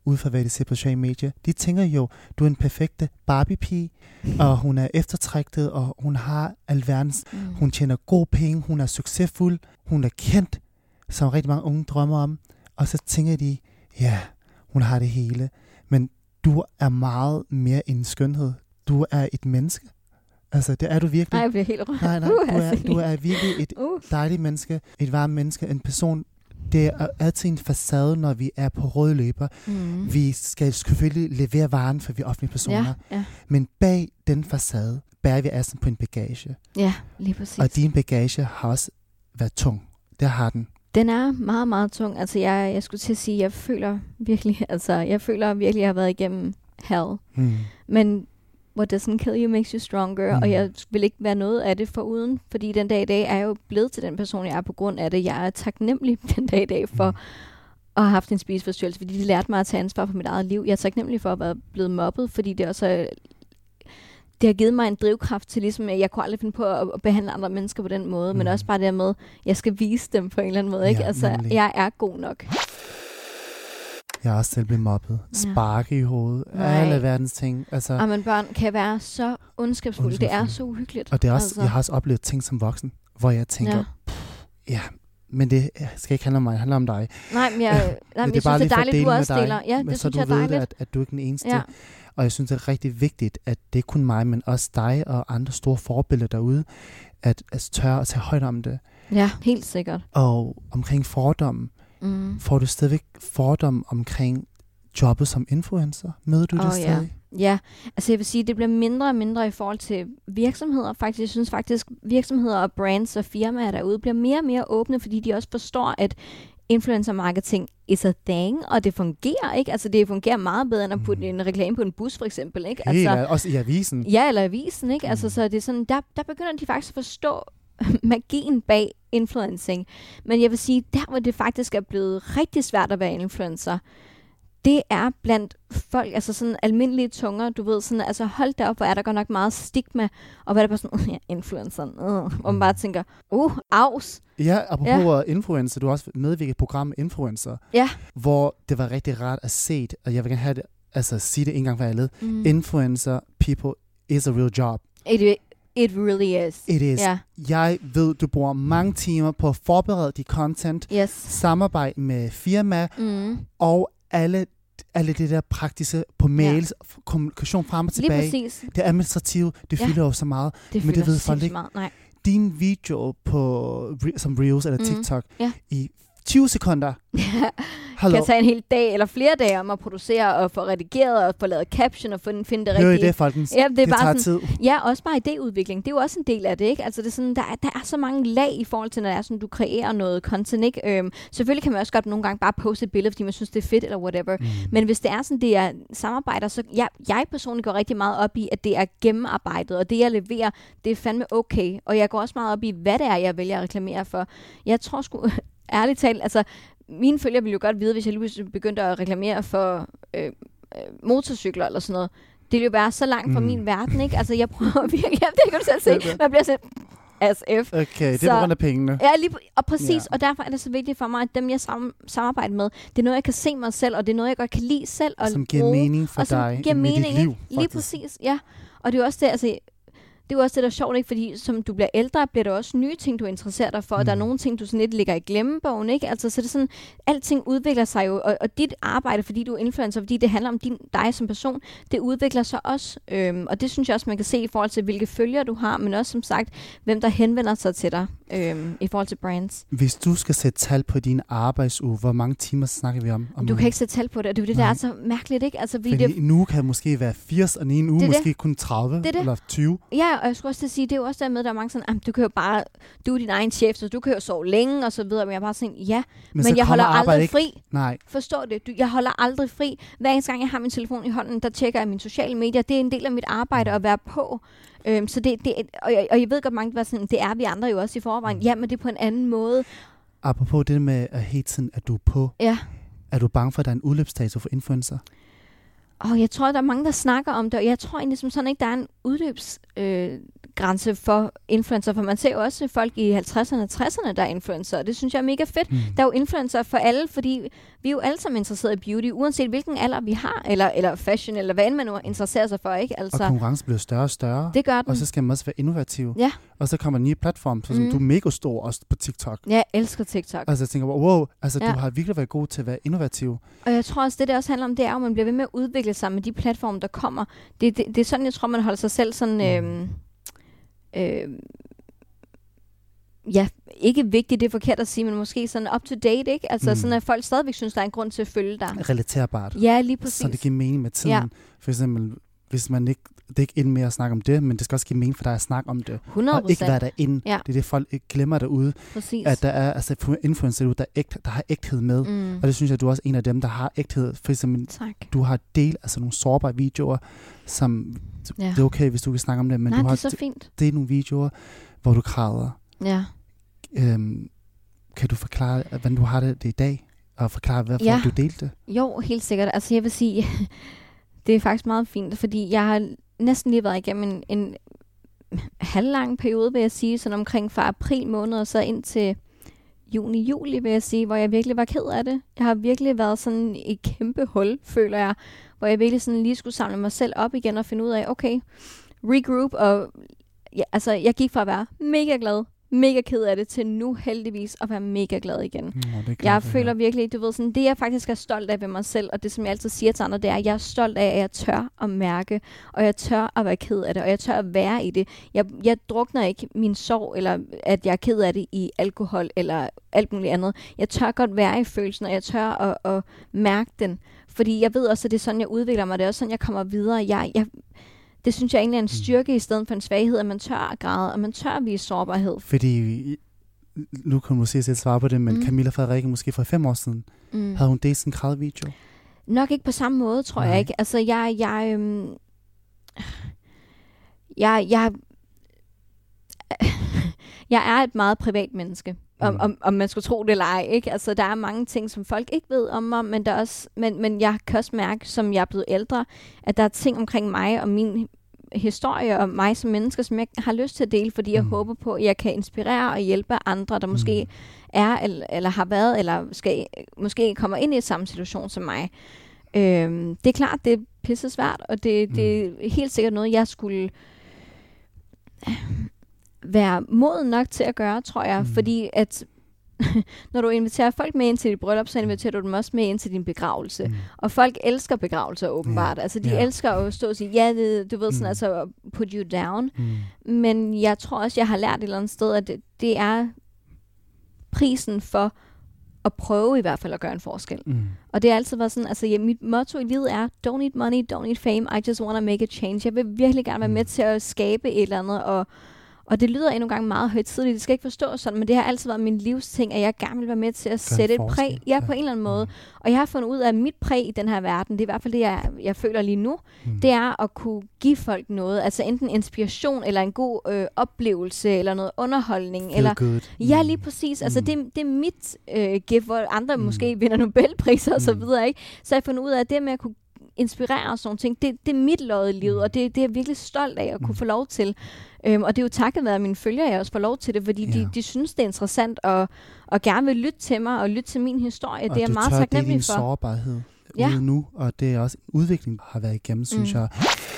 ud fra hvad de ser på sociale medier. De tænker jo, du er en perfekte Barbie-pige, og hun er eftertragtet, og hun har alverdens. Hun tjener gode penge, hun er succesfuld, hun er kendt, som rigtig mange unge drømmer om. Og så tænker de, ja, hun har det hele. Men du er meget mere end skønhed. Du er et menneske. Altså, det er du virkelig. Nej, jeg bliver helt rørt. Nej, du er virkelig et dejligt menneske, et varmt menneske, en person. Det er altid en facade, når vi er på røde løber. Vi skal selvfølgelig levere varen for vi er offentlige personer. Ja. Men bag den facade bærer vi altså på en bagage. Ja, lige præcis. Og din bagage har også været tung. Det har den. Den er meget, meget tung. Altså, jeg skulle til at sige, jeg føler virkelig, at jeg har været igennem hell. Men what doesn't kill you makes you stronger, og jeg vil ikke være noget af det foruden, fordi den dag i dag er jeg jo blevet til den person, jeg er på grund af det. Jeg er taknemmelig den dag i dag for at have haft en spiseforstyrrelse, fordi det lærte mig at tage ansvar for mit eget liv. Jeg er taknemmelig for at være blevet mobbet, fordi det også det har givet mig en drivkraft til ligesom, at jeg kunne aldrig finde på at behandle andre mennesker på den måde, men også bare det med, jeg skal vise dem på en eller anden måde, ikke? Altså, jeg er god nok. Jeg har også selv blevet mobbet. Sparke i hovedet. Alle verdens ting. Altså, men børn kan være så ondskabsfulde. Det er så uhyggeligt. Og det er også, jeg har også oplevet ting som voksen, hvor jeg tænker, men det skal ikke handle om mig, det handler om dig. Nej, men jeg synes, det er dejligt, du også deler. Ja, det så synes jeg er dejligt. Så du ved, at du ikke er den eneste. Ja. Og jeg synes, det er rigtig vigtigt, at det er kun mig, men også dig og andre store forbilleder derude, at tør at tage højt om det. Ja, helt sikkert. Og omkring fordomme, får du stadigvæk fordomme omkring jobbet som influencer? Møder du det stadig? Ja, altså jeg vil sige, det bliver mindre og mindre i forhold til virksomheder. Faktisk, jeg synes faktisk, virksomheder og brands og firmaer derude bliver mere og mere åbne, fordi de også forstår, at influencer marketing is a thing, og det fungerer, ikke? Altså det fungerer meget bedre, end at putte en reklame på en bus, for eksempel, ikke? Altså, også i avisen. Ja, eller avisen, ikke? Altså så det er sådan, der begynder de faktisk at forstå magien bag influencing. Men jeg vil sige, der hvor det faktisk er blevet rigtig svært at være influencer, det er blandt folk, altså sådan almindelige tunger, du ved, sådan, altså hold da op, hvor er der godt nok meget stigma, og hvad er der bare sådan, influencer, hvor man bare tænker, afs. Ja, apropos influencer, du har også medvirket i programmet Influencer, hvor det var rigtig rart at se, og jeg vil gerne have det, altså sige det en gang for alle, influencer people is a real job. It really is. It is. Yeah. Jeg ved, du bruger mange timer på at forberede dit content, samarbejde med firma, og alle det der praktiske på mails, kommunikation frem og tilbage. Lige præcis. Det administrative, det fylder jo så meget. Men det ved folk ikke. Nej. Din video på som Reels eller TikTok i 20 sekunder. Kan tage en hel dag eller flere dage om at producere og få redigeret og få lavet caption og finde det rigtige. Hør I det, folkens? Ja, det tager sådan, tid. Ja, også bare idéudvikling. Det er jo også en del af det, ikke? Altså det er sådan, der er så mange lag i forhold til, når det er sådan, du kreerer noget content, ikke? Selvfølgelig kan man også godt nogle gange bare poste et billede, fordi man synes, det er fedt eller whatever. Men hvis det er sådan, det er samarbejder, så jeg personligt går rigtig meget op i, at det er gennemarbejdet, og det jeg leverer, det er fandme okay. Og jeg går også meget op i, hvad det er, jeg vælger at reklamere for. Jeg tror sgu ærligt talt, altså mine følgere ville jo godt vide, hvis jeg lige begyndte at reklamere for motorcykler eller sådan noget. Det ville jo være så langt fra min verden, ikke? Altså jeg prøver virkelig, det kan du selv se, man bliver sådan SF. Okay, det er på grund af pengene. Ja, og præcis, og derfor er det så vigtigt for mig, at dem jeg samarbejder med, det er noget, jeg kan se mig selv, og det er noget, jeg godt kan lide selv. Og som giver mening for dig med dit liv. Lige præcis, ja. Og det er jo også det, altså det er jo også det, der er sjovt, ikke? Fordi som du bliver ældre, bliver der også nye ting, du interesserer dig for, og der er nogle ting, du sådan lidt ligger i glemmebogen, ikke? Altså, så det er sådan, alting udvikler sig jo, og dit arbejde, fordi du er influencer, fordi det handler om dig som person, det udvikler sig også, og det synes jeg også, man kan se i forhold til, hvilke følgere du har, men også som sagt, hvem der henvender sig til dig i forhold til brands. Hvis du skal sætte tal på din arbejdsuge, hvor mange timer snakker vi om? Du kan ikke sætte tal på det, og det er jo det, der er så mærkeligt, ikke? Altså, fordi en uge kan måske være 80, og en uge måske kun 30 eller 20. Ja, og jeg skulle også til at sige, det er jo også der med, der er mange sådan, du kan jo bare, du er din egen chef, så du kan jo sove længe, og så videre, men jeg er bare sådan, men jeg holder aldrig fri. Nej. Forstår det? Jeg holder aldrig fri. Hver eneste gang, jeg har min telefon i hånden, der tjekker jeg mine sociale medier. Det er en del af mit arbejde at være på. Så og jeg ved godt, mange var sådan, det er vi andre jo også i forvejen. Ja, men det er på en anden måde. Apropos det med at hele tiden, at du er på. Ja. Er du bange for, at der er en udløbsdato for influencer? Jeg tror, der er mange, der snakker om det, og jeg tror egentlig som sådan ikke, der er en grænse for influencer, for man ser jo også folk i 50'erne og 60'erne, der er influencer, og det synes jeg er mega fedt. Der er jo influencer for alle, fordi vi er jo alle sammen interesseret i beauty, uanset hvilken alder vi har, eller fashion, eller hvad end man nu interesserer sig for, ikke? Altså, og konkurrencen bliver større og større. Det gør den. Og så skal man også være innovativ. Ja. Og så kommer nye platforme, så du er mega stor også på TikTok. Ja, jeg elsker TikTok. Altså jeg tænker, wow, altså du har virkelig været god til at være innovativ. Og jeg tror også, det også handler om, det er, at man bliver ved med at udvikle sig med de platforme, der kommer. Det er sådan, jeg tror, man holder sig selv sådan... ja, ikke vigtigt, det er forkert at sige, men måske sådan up to date, ikke? Altså sådan, at folk stadigvæk synes, der er en grund til at følge dig. Relaterbart. Ja, lige præcis. Så det giver mening med tiden. Ja. For eksempel, hvis man ikke, det er ikke ind med at snakke om det, men det skal også give mening for dig at snakke om det. 100%. Og ikke være derinde. Ja. Det er det, folk ikke glemmer derude. Præcis. At der er altså influencer derude, der har ægthed med. Og det synes jeg, du er også en af dem, der har ægthed. For eksempel, du har delt altså nogle sårbare videoer, som det er okay, hvis du kan snakke om det, men du har det er så fint. Det er nogle videoer, hvor du græder. Ja. Kan du forklare, hvordan du har det i dag? Og forklare, hvorfor du delte det? Jo, helt sikkert. Altså jeg vil sige, det er faktisk meget fint, fordi jeg har næsten lige været igennem en halvlang periode, vil jeg sige, sådan omkring fra april måned og så ind til juni-juli, vil jeg sige, hvor jeg virkelig var ked af det. Jeg har virkelig været sådan et kæmpe hul, føler jeg, hvor jeg virkelig sådan lige skulle samle mig selv op igen og finde ud af, okay, regroup, og ja, altså jeg gik fra at være mega glad, mega ked af det, til nu heldigvis at være mega glad igen. Jeg føler virkelig, du ved, sådan, det jeg faktisk er stolt af ved mig selv, og det som jeg altid siger til andre, det er, at jeg er stolt af, at jeg tør at mærke, og jeg tør at være ked af det, og jeg tør at være i det. Jeg drukner ikke min sorg, eller at jeg er ked af det i alkohol, eller alt muligt andet. Jeg tør godt være i følelsen, og jeg tør at mærke den, fordi jeg ved også, at det er sådan, jeg udvikler mig, det er også sådan, jeg kommer videre. Det synes jeg egentlig er en styrke i stedet for en svaghed, at man tør at græde, og man tør at vise sårbarhed. Fordi, nu kan du måske selv svare på det, men Camilla Frederikke måske for 5 år siden, havde hun delt sådan en grædvideo? Nok ikke på samme måde, tror jeg ikke. Altså, jeg er et meget privat menneske. Om man skulle tro det eller ej, ikke? Altså, der er mange ting, som folk ikke ved om mig, men, men jeg kan også mærke, som jeg er blevet ældre, at der er ting omkring mig og min historie og mig som menneske, som jeg har lyst til at dele, fordi jeg håber på, at jeg kan inspirere og hjælpe andre, der måske er, eller har været, eller måske kommer ind i samme situation som mig. Det er klart, det er pisse svært, og det er helt sikkert noget, jeg skulle være moden nok til at gøre, tror jeg, fordi at når du inviterer folk med ind til dit bryllup, så inviterer du dem også med ind til din begravelse. Og folk elsker begravelser åbenbart. Altså de elsker at stå og sige, du ved sådan, altså put you down. Men jeg tror også, jeg har lært et eller andet sted, at det er prisen for at prøve i hvert fald at gøre en forskel. Og det har altid været sådan, altså mit motto i livet er, don't need money, don't need fame, I just want to make a change. Jeg vil virkelig gerne være med til at skabe et eller andet, og det lyder endnu engang meget højtideligt, det skal ikke forstås sådan, men det har altid været min livsting, at jeg gerne vil være med til at sætte et præg, på en eller anden måde. Og jeg har fundet ud af, at mit præg i den her verden, det er i hvert fald det, jeg føler lige nu, det er at kunne give folk noget, altså enten inspiration, eller en god oplevelse, eller noget underholdning. Ja, lige præcis. Altså det er mit gift, hvor andre måske vinder Nobelpriser og så videre, ikke? Så jeg har fundet ud af, at det med at kunne inspirere og sådan ting, det er mit lod i livet, og det er jeg virkelig stolt af at kunne få lov til. Og det er jo takket være mine følgere, jeg også får lov til det, fordi de synes, det er interessant og gerne vil lytte til mig og lytte til min historie. Og det er jeg meget taknemmelig for. Og du tør sårbarhed ude nu, og det er også en udvikling, der har været igennem, synes jeg.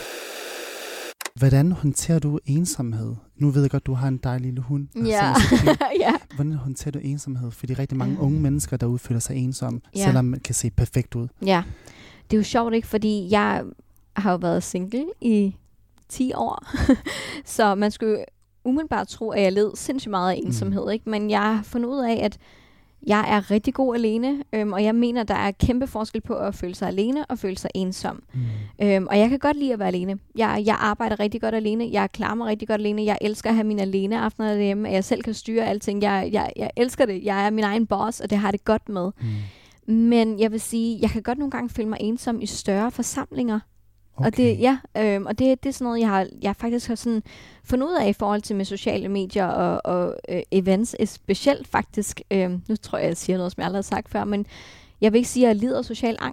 Hvordan håndterer du ensomhed? Nu ved jeg godt, du har en dejlig lille hund. Hvordan håndterer du ensomhed? Fordi rigtig mange unge mennesker derude føler sig ensomme, selvom man kan se perfekt ud. Ja, det er jo sjovt, ikke? Fordi jeg har jo været single i 10 år. Så man skulle umiddelbart tro, at jeg led sindssygt meget af ensomhed, ikke? Men jeg har fundet ud af, at jeg er rigtig god alene, og jeg mener, der er kæmpe forskel på at føle sig alene og føle sig ensom. Og jeg kan godt lide at være alene. Jeg arbejder rigtig godt alene. Jeg klarer mig rigtig godt alene. Jeg elsker at have mine alene aftener derhjemme, at jeg selv kan styre alting. Jeg elsker det. Jeg er min egen boss, og det har det godt med. Men jeg vil sige, jeg kan godt nogle gange føle mig ensom i større forsamlinger. Okay. Og det er sådan noget, jeg faktisk har sådan fundet ud af i forhold til med sociale medier og events, specielt faktisk. Nu tror jeg siger noget, som jeg aldrig har sagt før, men jeg vil ikke sige, at jeg lider af social angst.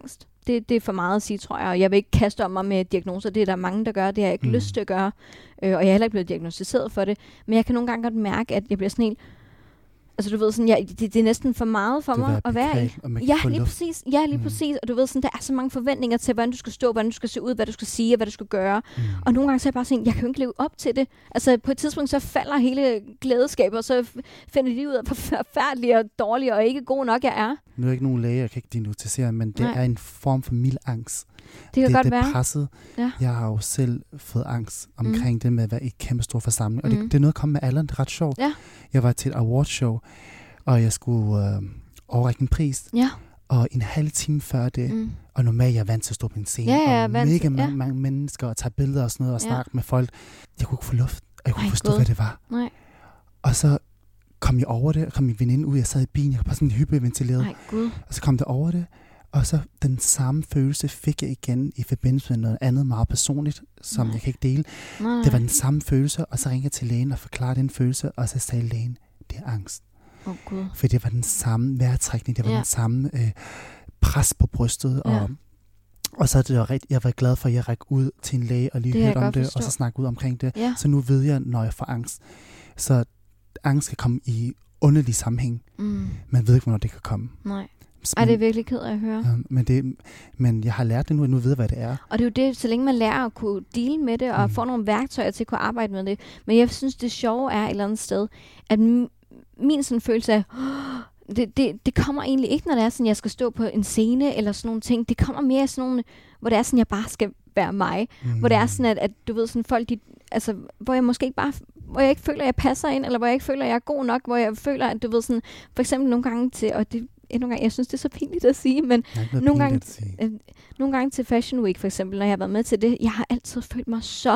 Det er for meget at sige, tror jeg. Og jeg vil ikke kaste om mig med diagnoser. Det er der mange, der gør. Det har jeg ikke lyst til at gøre. Og jeg er heller ikke blevet diagnosticeret for det. Men jeg kan nogle gange godt mærke, at jeg bliver sådan helt... Altså du ved sådan, det er næsten for meget for mig at være i. Ja, lige præcis. Ja, lige præcis. Og du ved sådan, der er så mange forventninger til, hvordan du skal stå, hvordan du skal se ud, hvad du skal sige, og hvad du skal gøre. Og nogle gange så er jeg bare sådan, jeg kan jo ikke leve op til det. Altså på et tidspunkt så falder hele glædeskabet, og så finder de ud af, hvor forfærdelig og dårlig og ikke god nok jeg er. Nu er jeg ikke nogen læge, jeg kan ikke diagnostisere, men det er en form for mild angst. Det kan godt være. Det er presset. Ja. Jeg har jo selv fået angst omkring det med at være i et kæmpe stor forsamling. Og det er noget, der kommer med alderen. Det er ret sjovt. Ja. Jeg var til et awardshow, og jeg skulle overrække en pris. Ja. Og en halv time før det, og normalt jeg er vant til at stå på en scene, og mega mange mennesker, og tage billeder og sådan noget, og snakke med folk. Jeg kunne ikke få luft, og jeg kunne ikke forstå, hvad det var. Nej. Og så kom jeg over det, og kom min veninde ud, jeg sad i bilen, jeg var bare sådan hyperventileret. Og så kom der over det, og så den samme følelse fik jeg igen i forbindelse med noget andet meget personligt, som jeg kan ikke dele. Det var den samme følelse, og så ringede jeg til lægen og forklarede den følelse, og så sagde lægen, det er angst. For det var den samme vejrtrækning, det var den samme pres på brystet, og så er det jeg var glad for, at jeg rækker ud til en læge og lige hørte om det, og så snakke ud omkring det. Ja. Så nu ved jeg, når jeg får angst. Så angst kan komme i underlig sammenhæng. Man ved ikke, hvornår det kan komme. Nej. Ej, det er virkelig ked af at høre. Men jeg har lært det nu, og nu ved jeg, hvad det er. Og det er jo det, så længe man lærer at kunne deale med det, og få nogle værktøjer til at kunne arbejde med det. Men jeg synes, det sjove er et eller andet sted, at min sådan følelse af, det kommer egentlig ikke, når det er sådan, jeg skal stå på en scene, eller sådan nogle ting. Det kommer mere sådan nogle, hvor det er sådan, jeg bare skal være mig. Hvor det er sådan, at du ved, sådan folk, altså, hvor jeg måske ikke bare, hvor jeg ikke føler, at jeg passer ind, eller hvor jeg ikke føler, at jeg er god nok, hvor jeg føler, at du ved sådan, for eksempel nogle gange til, og det nogle gange, jeg synes, det er så pinligt at sige, men nogle gange til Fashion Week for eksempel, når jeg har været med til det, jeg har altid følt mig så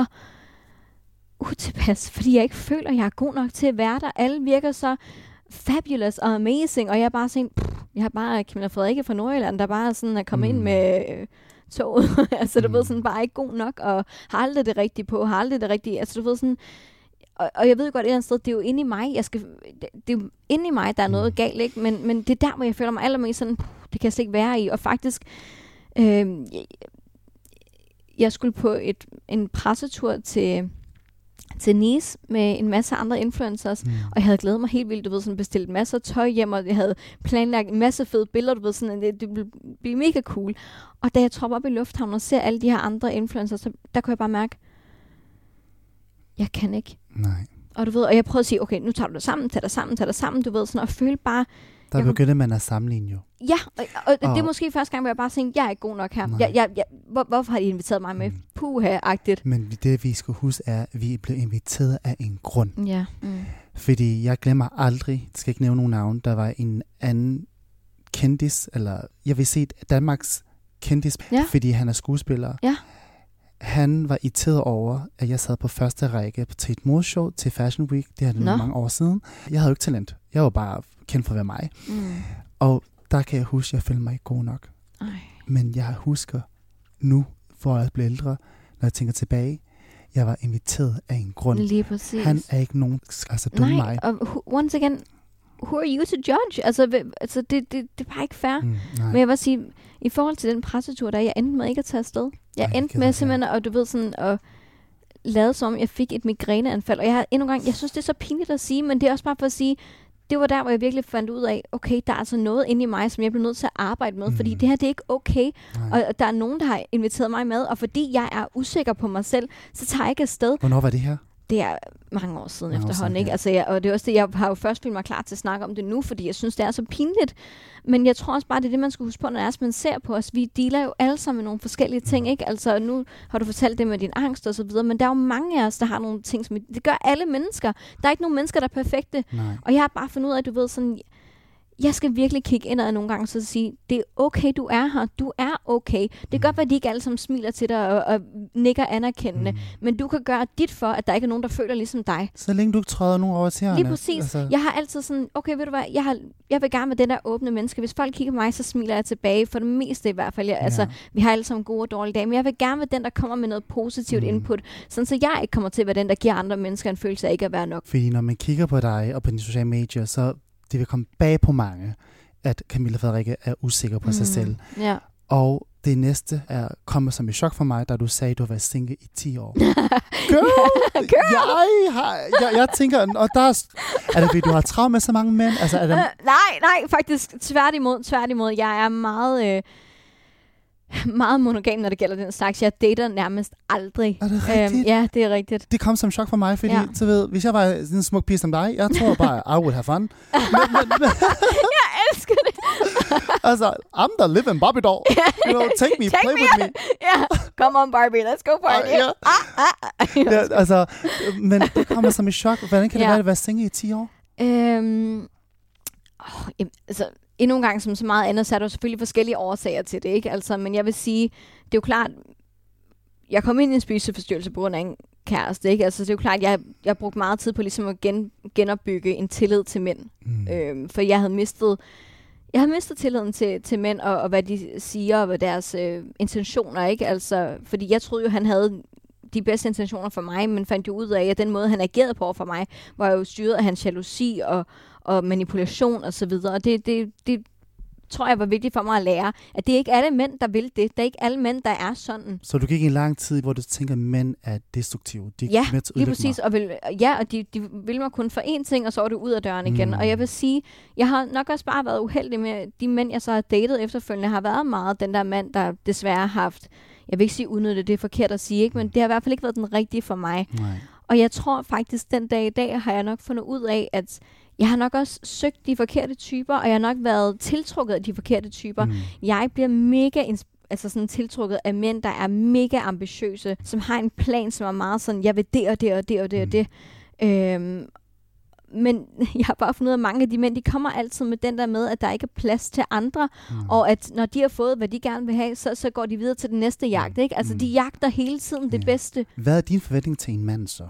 utilpas, fordi jeg ikke føler, at jeg er god nok til at være der. Alle virker så fabulous og amazing, og jeg er bare sådan, jeg har bare Camilla Frederikke fra Nordjylland, der bare sådan er kommet ind med toget, altså du ved sådan, bare ikke god nok, og har aldrig det rigtige på, har aldrig det rigtige, altså du ved sådan, og jeg ved godt et eller andet sted, det er jo inde i mig, det er jo inde i mig, der er noget galt, ikke? Men det er der, hvor jeg føler mig allermest sådan, det kan jeg slet ikke være i, og faktisk, jeg skulle på en pressetur til Nice med en masse andre influencers, og jeg havde glædet mig helt vildt, du ved, sådan bestilt masser af tøj hjem, og jeg havde planlagt en masse fede billeder, du ved, sådan, det ville blive mega cool. Og da jeg tropper op i lufthavnen og ser alle de her andre influencers, så der kunne jeg bare mærke, jeg kan ikke. Nej. Og du ved, og jeg prøvede at sige, okay, nu tager du dig sammen, tag dig sammen, du ved, sådan, og føle bare... Der begynder man at sammenligne jo. Ja, og det er måske første gang, hvor jeg bare tænkte, jeg er ikke god nok her. Hvorfor har de inviteret mig med? Puha-agtigt. Men det, vi skal huske, er, at vi blev inviteret af en grund. Ja. Fordi jeg glemmer aldrig, skal ikke nævne nogen navn, der var en anden kendis, eller jeg vil sige Danmarks kendis, fordi han er skuespiller. Ja. Han var irriteret over, at jeg sad på første række til et morshow til Fashion Week. Det havde mange år siden. Jeg havde jo ikke talent. Jeg var bare kendt for at være mig. Og der kan jeg huske, at jeg følte mig ikke god nok. Men jeg husker nu, hvor jeg blev ældre, når jeg tænker tilbage, jeg var inviteret af en grund. Lige præcis. Han er ikke nogen, altså dum mig. Nej, og once again, who are you to judge? Altså det er bare ikke fair. Men jeg vil sige, i forhold til den pressetur, der jeg endte med ikke at tage afsted. Jeg endte med simpelthen, og du ved sådan, at lade som om, jeg fik et migræneanfald. Og jeg har endnu en gang, jeg synes, det er så pinligt at sige, men det er også bare for at sige, det var der, hvor jeg virkelig fandt ud af, okay, der er altså noget inde i mig, som jeg bliver nødt til at arbejde med, fordi det her, det er ikke okay. Og der er nogen, der har inviteret mig med, og fordi jeg er usikker på mig selv, så tager jeg ikke afsted. Hvornår var det her? Det er mange år siden efterhånden, ikke? Altså, og det er også det, jeg har jo først følt mig klar til at snakke om det nu, fordi jeg synes, det er så pinligt. Men jeg tror også bare, det er det, man skal huske på, når man ser på os. Vi dealer jo alle sammen med nogle forskellige ting, ikke? Altså, nu har du fortalt det med din angst og så videre, men der er jo mange af os, der har nogle ting, som det gør alle mennesker. Der er ikke nogen mennesker, der er perfekte. Nej. Og jeg har bare fundet ud af, at du ved sådan... Jeg skal virkelig kigge indad nogle gange og sige, det er okay, du er her. Du er okay. Det kan godt være, at de ikke alle sammen smiler til dig og nikker anerkendende. Men du kan gøre dit for, at der ikke er nogen, der føler ligesom dig. Så længe du ikke træder nogen over til. Lige præcis. Altså... Jeg har altid sådan, okay, ved du hvad, jeg vil gerne være den der åbne menneske. Hvis folk kigger på mig, så smiler jeg tilbage. For det meste i hvert fald. Altså, vi har alle sammen gode og dårlige dage. Men jeg vil gerne være den, der kommer med noget positivt input. Sådan, så jeg ikke kommer til at være den, der giver andre mennesker en følelse af ikke at være nok. Fordi når man kigger på dig og på dine sociale medier, så det vil komme bag på mange, at Camilla Frederikke er usikker på sig selv. Ja. Og det næste kommer som et chok for mig, da du sagde, at du var single i 10 år. Girl! Jeg tænker, og der er det fordi, du har travlt med så mange mænd? Altså, er det... Nej, faktisk tværtimod. Jeg er meget monogam, når det gælder den slags. Jeg dater nærmest aldrig. Er det rigtigt? Ja, det er rigtigt. Det kom som chok for mig, fordi så ved, hvis jeg var sådan en smuk pige som dig, jeg tror bare, I would have fun. Men, jeg elsker det. Altså, I'm the living Barbie doll. You know, take me, play with me. Yeah, come on Barbie, let's go party. Ja, altså, men det kommer som et chok. Hvordan kan det være at være single i 10 år? Altså, endnu en gang som så meget andet, så er der jo selvfølgelig forskellige årsager til det, ikke? Altså, men jeg vil sige, det er jo klart, jeg kom ind i en spiseforstyrrelse på grund af en kæreste, ikke? Altså, det er jo klart, jeg har brugt meget tid på ligesom at genopbygge en tillid til mænd. For jeg havde mistet tilliden til mænd, og hvad de siger, og hvad deres intentioner, ikke? Altså, fordi jeg troede jo, han havde de bedste intentioner for mig, men fandt jo ud af, at den måde, han agerede på for mig, var jo styret af hans jalousi og manipulation og så videre. Og det tror jeg var vigtigt for mig at lære, at det er ikke alle mænd, der vil det. Det er ikke alle mænd, der er sådan. Så du gik en lang tid, hvor du tænker, at mænd er destruktive. De ja, lige præcis. Og de vil mig kun for én ting, og så er det ud af døren igen. Og jeg vil sige, jeg har nok også bare været uheldig med de mænd, jeg så har datet efterfølgende, har været meget den der mand, der desværre har haft, jeg vil ikke sige udnyttet, det er forkert at sige, ikke? Men det har i hvert fald ikke været den rigtige for mig. Nej. Og jeg tror faktisk, den dag i dag har jeg nok fundet ud af, at jeg har nok også søgt de forkerte typer, og jeg har nok været tiltrukket af de forkerte typer. Jeg bliver mega tiltrukket af mænd, der er mega ambitiøse, som har en plan, som er meget sådan, jeg vil det og det og det og det og det. Men jeg har bare fundet ud af, at mange af de mænd, de kommer altid med den der med, at der ikke er plads til andre, og at når de har fået, hvad de gerne vil have, så går de videre til den næste jagt, ikke? Altså, de jagter hele tiden det bedste. Hvad er din forventning til en mand så?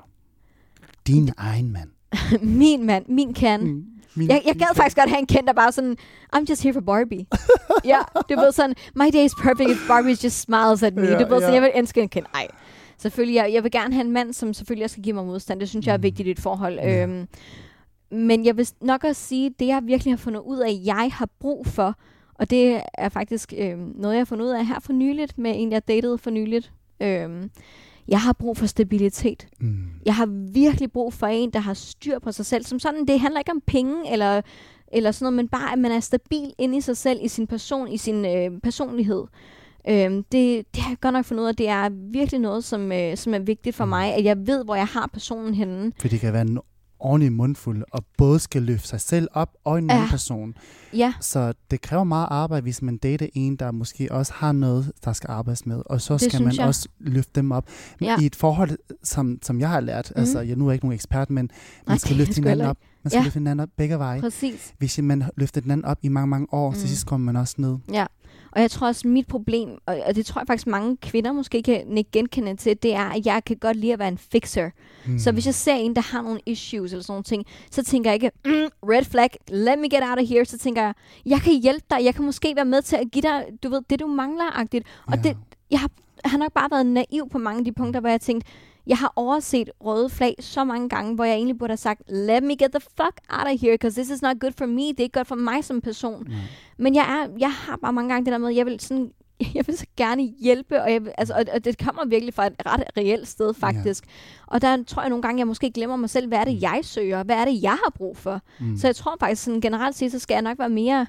Din egen mand? Min mand, min Ken. Jeg gad faktisk godt have en Ken, der bare sådan, I'm just here for Barbie. Ja, det var sådan, my day is perfect if Barbie just smiles at me. Det var sådan, jeg vil ønske en Ken. Ej, selvfølgelig, jeg vil gerne have en mand, som selvfølgelig også skal give mig modstand. Det synes jeg er vigtigt i et forhold. Men jeg vil nok også sige, det jeg virkelig har fundet ud af, jeg har brug for, og det er faktisk noget, jeg har fundet ud af her for nyligt, med en, jeg datede for nyligt. Jeg har brug for stabilitet. Jeg har virkelig brug for en, der har styr på sig selv. Som sådan, det handler ikke om penge eller sådan noget, men bare, at man er stabil inde i sig selv, i sin person, i sin personlighed. Det har jeg godt nok fundet ud af, det er virkelig noget, som er vigtigt for mig, at jeg ved, hvor jeg har personen henne. For det kan være en ordentlig mundfuld, og både skal løfte sig selv op og en anden person. Ja. Så det kræver meget arbejde, hvis man dater en, der måske også har noget, der skal arbejdes med. Og så det skal man også løfte dem op. Ja. I et forhold, som jeg har lært, altså jeg nu er ikke nogen ekspert, men man skal løfte hinanden op. Man skal løfte hinanden op begge veje. Præcis. Hvis man løfter den anden op i mange, mange år, så sidst kommer man også ned. Ja. Og jeg tror også, mit problem, og det tror jeg faktisk mange kvinder måske kan genkende til, det er, at jeg kan godt lide at være en fixer. Så hvis jeg ser en, der har nogle issues eller sådan nogle ting, så tænker jeg ikke, red flag, let me get out of here. Så tænker jeg kan hjælpe dig, jeg kan måske være med til at give dig, du ved, det du mangler-agtigt. Og jeg har nok bare været naiv på mange af de punkter, hvor jeg tænkte, jeg har overset røde flag så mange gange, hvor jeg egentlig burde have sagt, let me get the fuck out of here, because this is not good for me. Det er ikke godt for mig som person. Men jeg har bare mange gange det der med, jeg vil så gerne hjælpe, og det kommer virkelig fra et ret reelt sted faktisk. Og der tror jeg nogle gange, jeg måske glemmer mig selv, hvad er det, jeg søger? Hvad er det, jeg har brug for? Så jeg tror faktisk, sådan generelt set, så skal jeg nok være mere,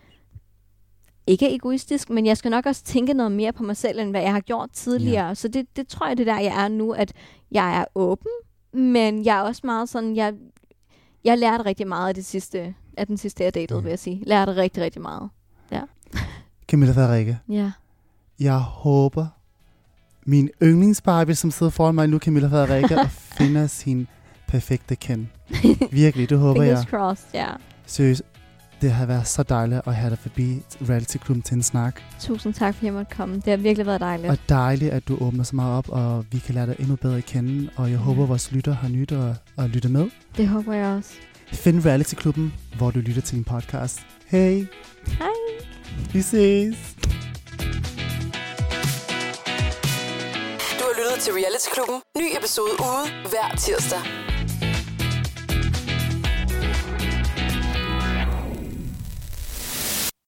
ikke egoistisk, men jeg skal nok også tænke noget mere på mig selv, end hvad jeg har gjort tidligere. Så det tror jeg, det der, jeg er nu, at jeg er åben, men jeg er også meget sådan, jeg lærte rigtig meget af den sidste jeg datede, vil jeg sige. Lærte rigtig, rigtig meget. Ja. Camilla Frederikke. Ja. Jeg håber, min yndlingsbarbie, som sidder foran mig nu, Camilla Frederikke, og finder sin perfekte Ken. Virkelig, det håber jeg. Fingers crossed, ja. Seriøst, det har været så dejligt at have dig forbi Reality Klubben til en snak. Tusind tak, for at jeg måtte komme. Det har virkelig været dejligt. Og dejligt, at du åbner så meget op, og vi kan lære dig endnu bedre at kende. Og jeg håber, vores lytter har nyt at lytte med. Det håber jeg også. Find Reality Klubben, hvor du lytter til en podcast. Hey. Hej. Vi ses. Du har lyttet til Reality Klubben. Ny episode ude hver tirsdag.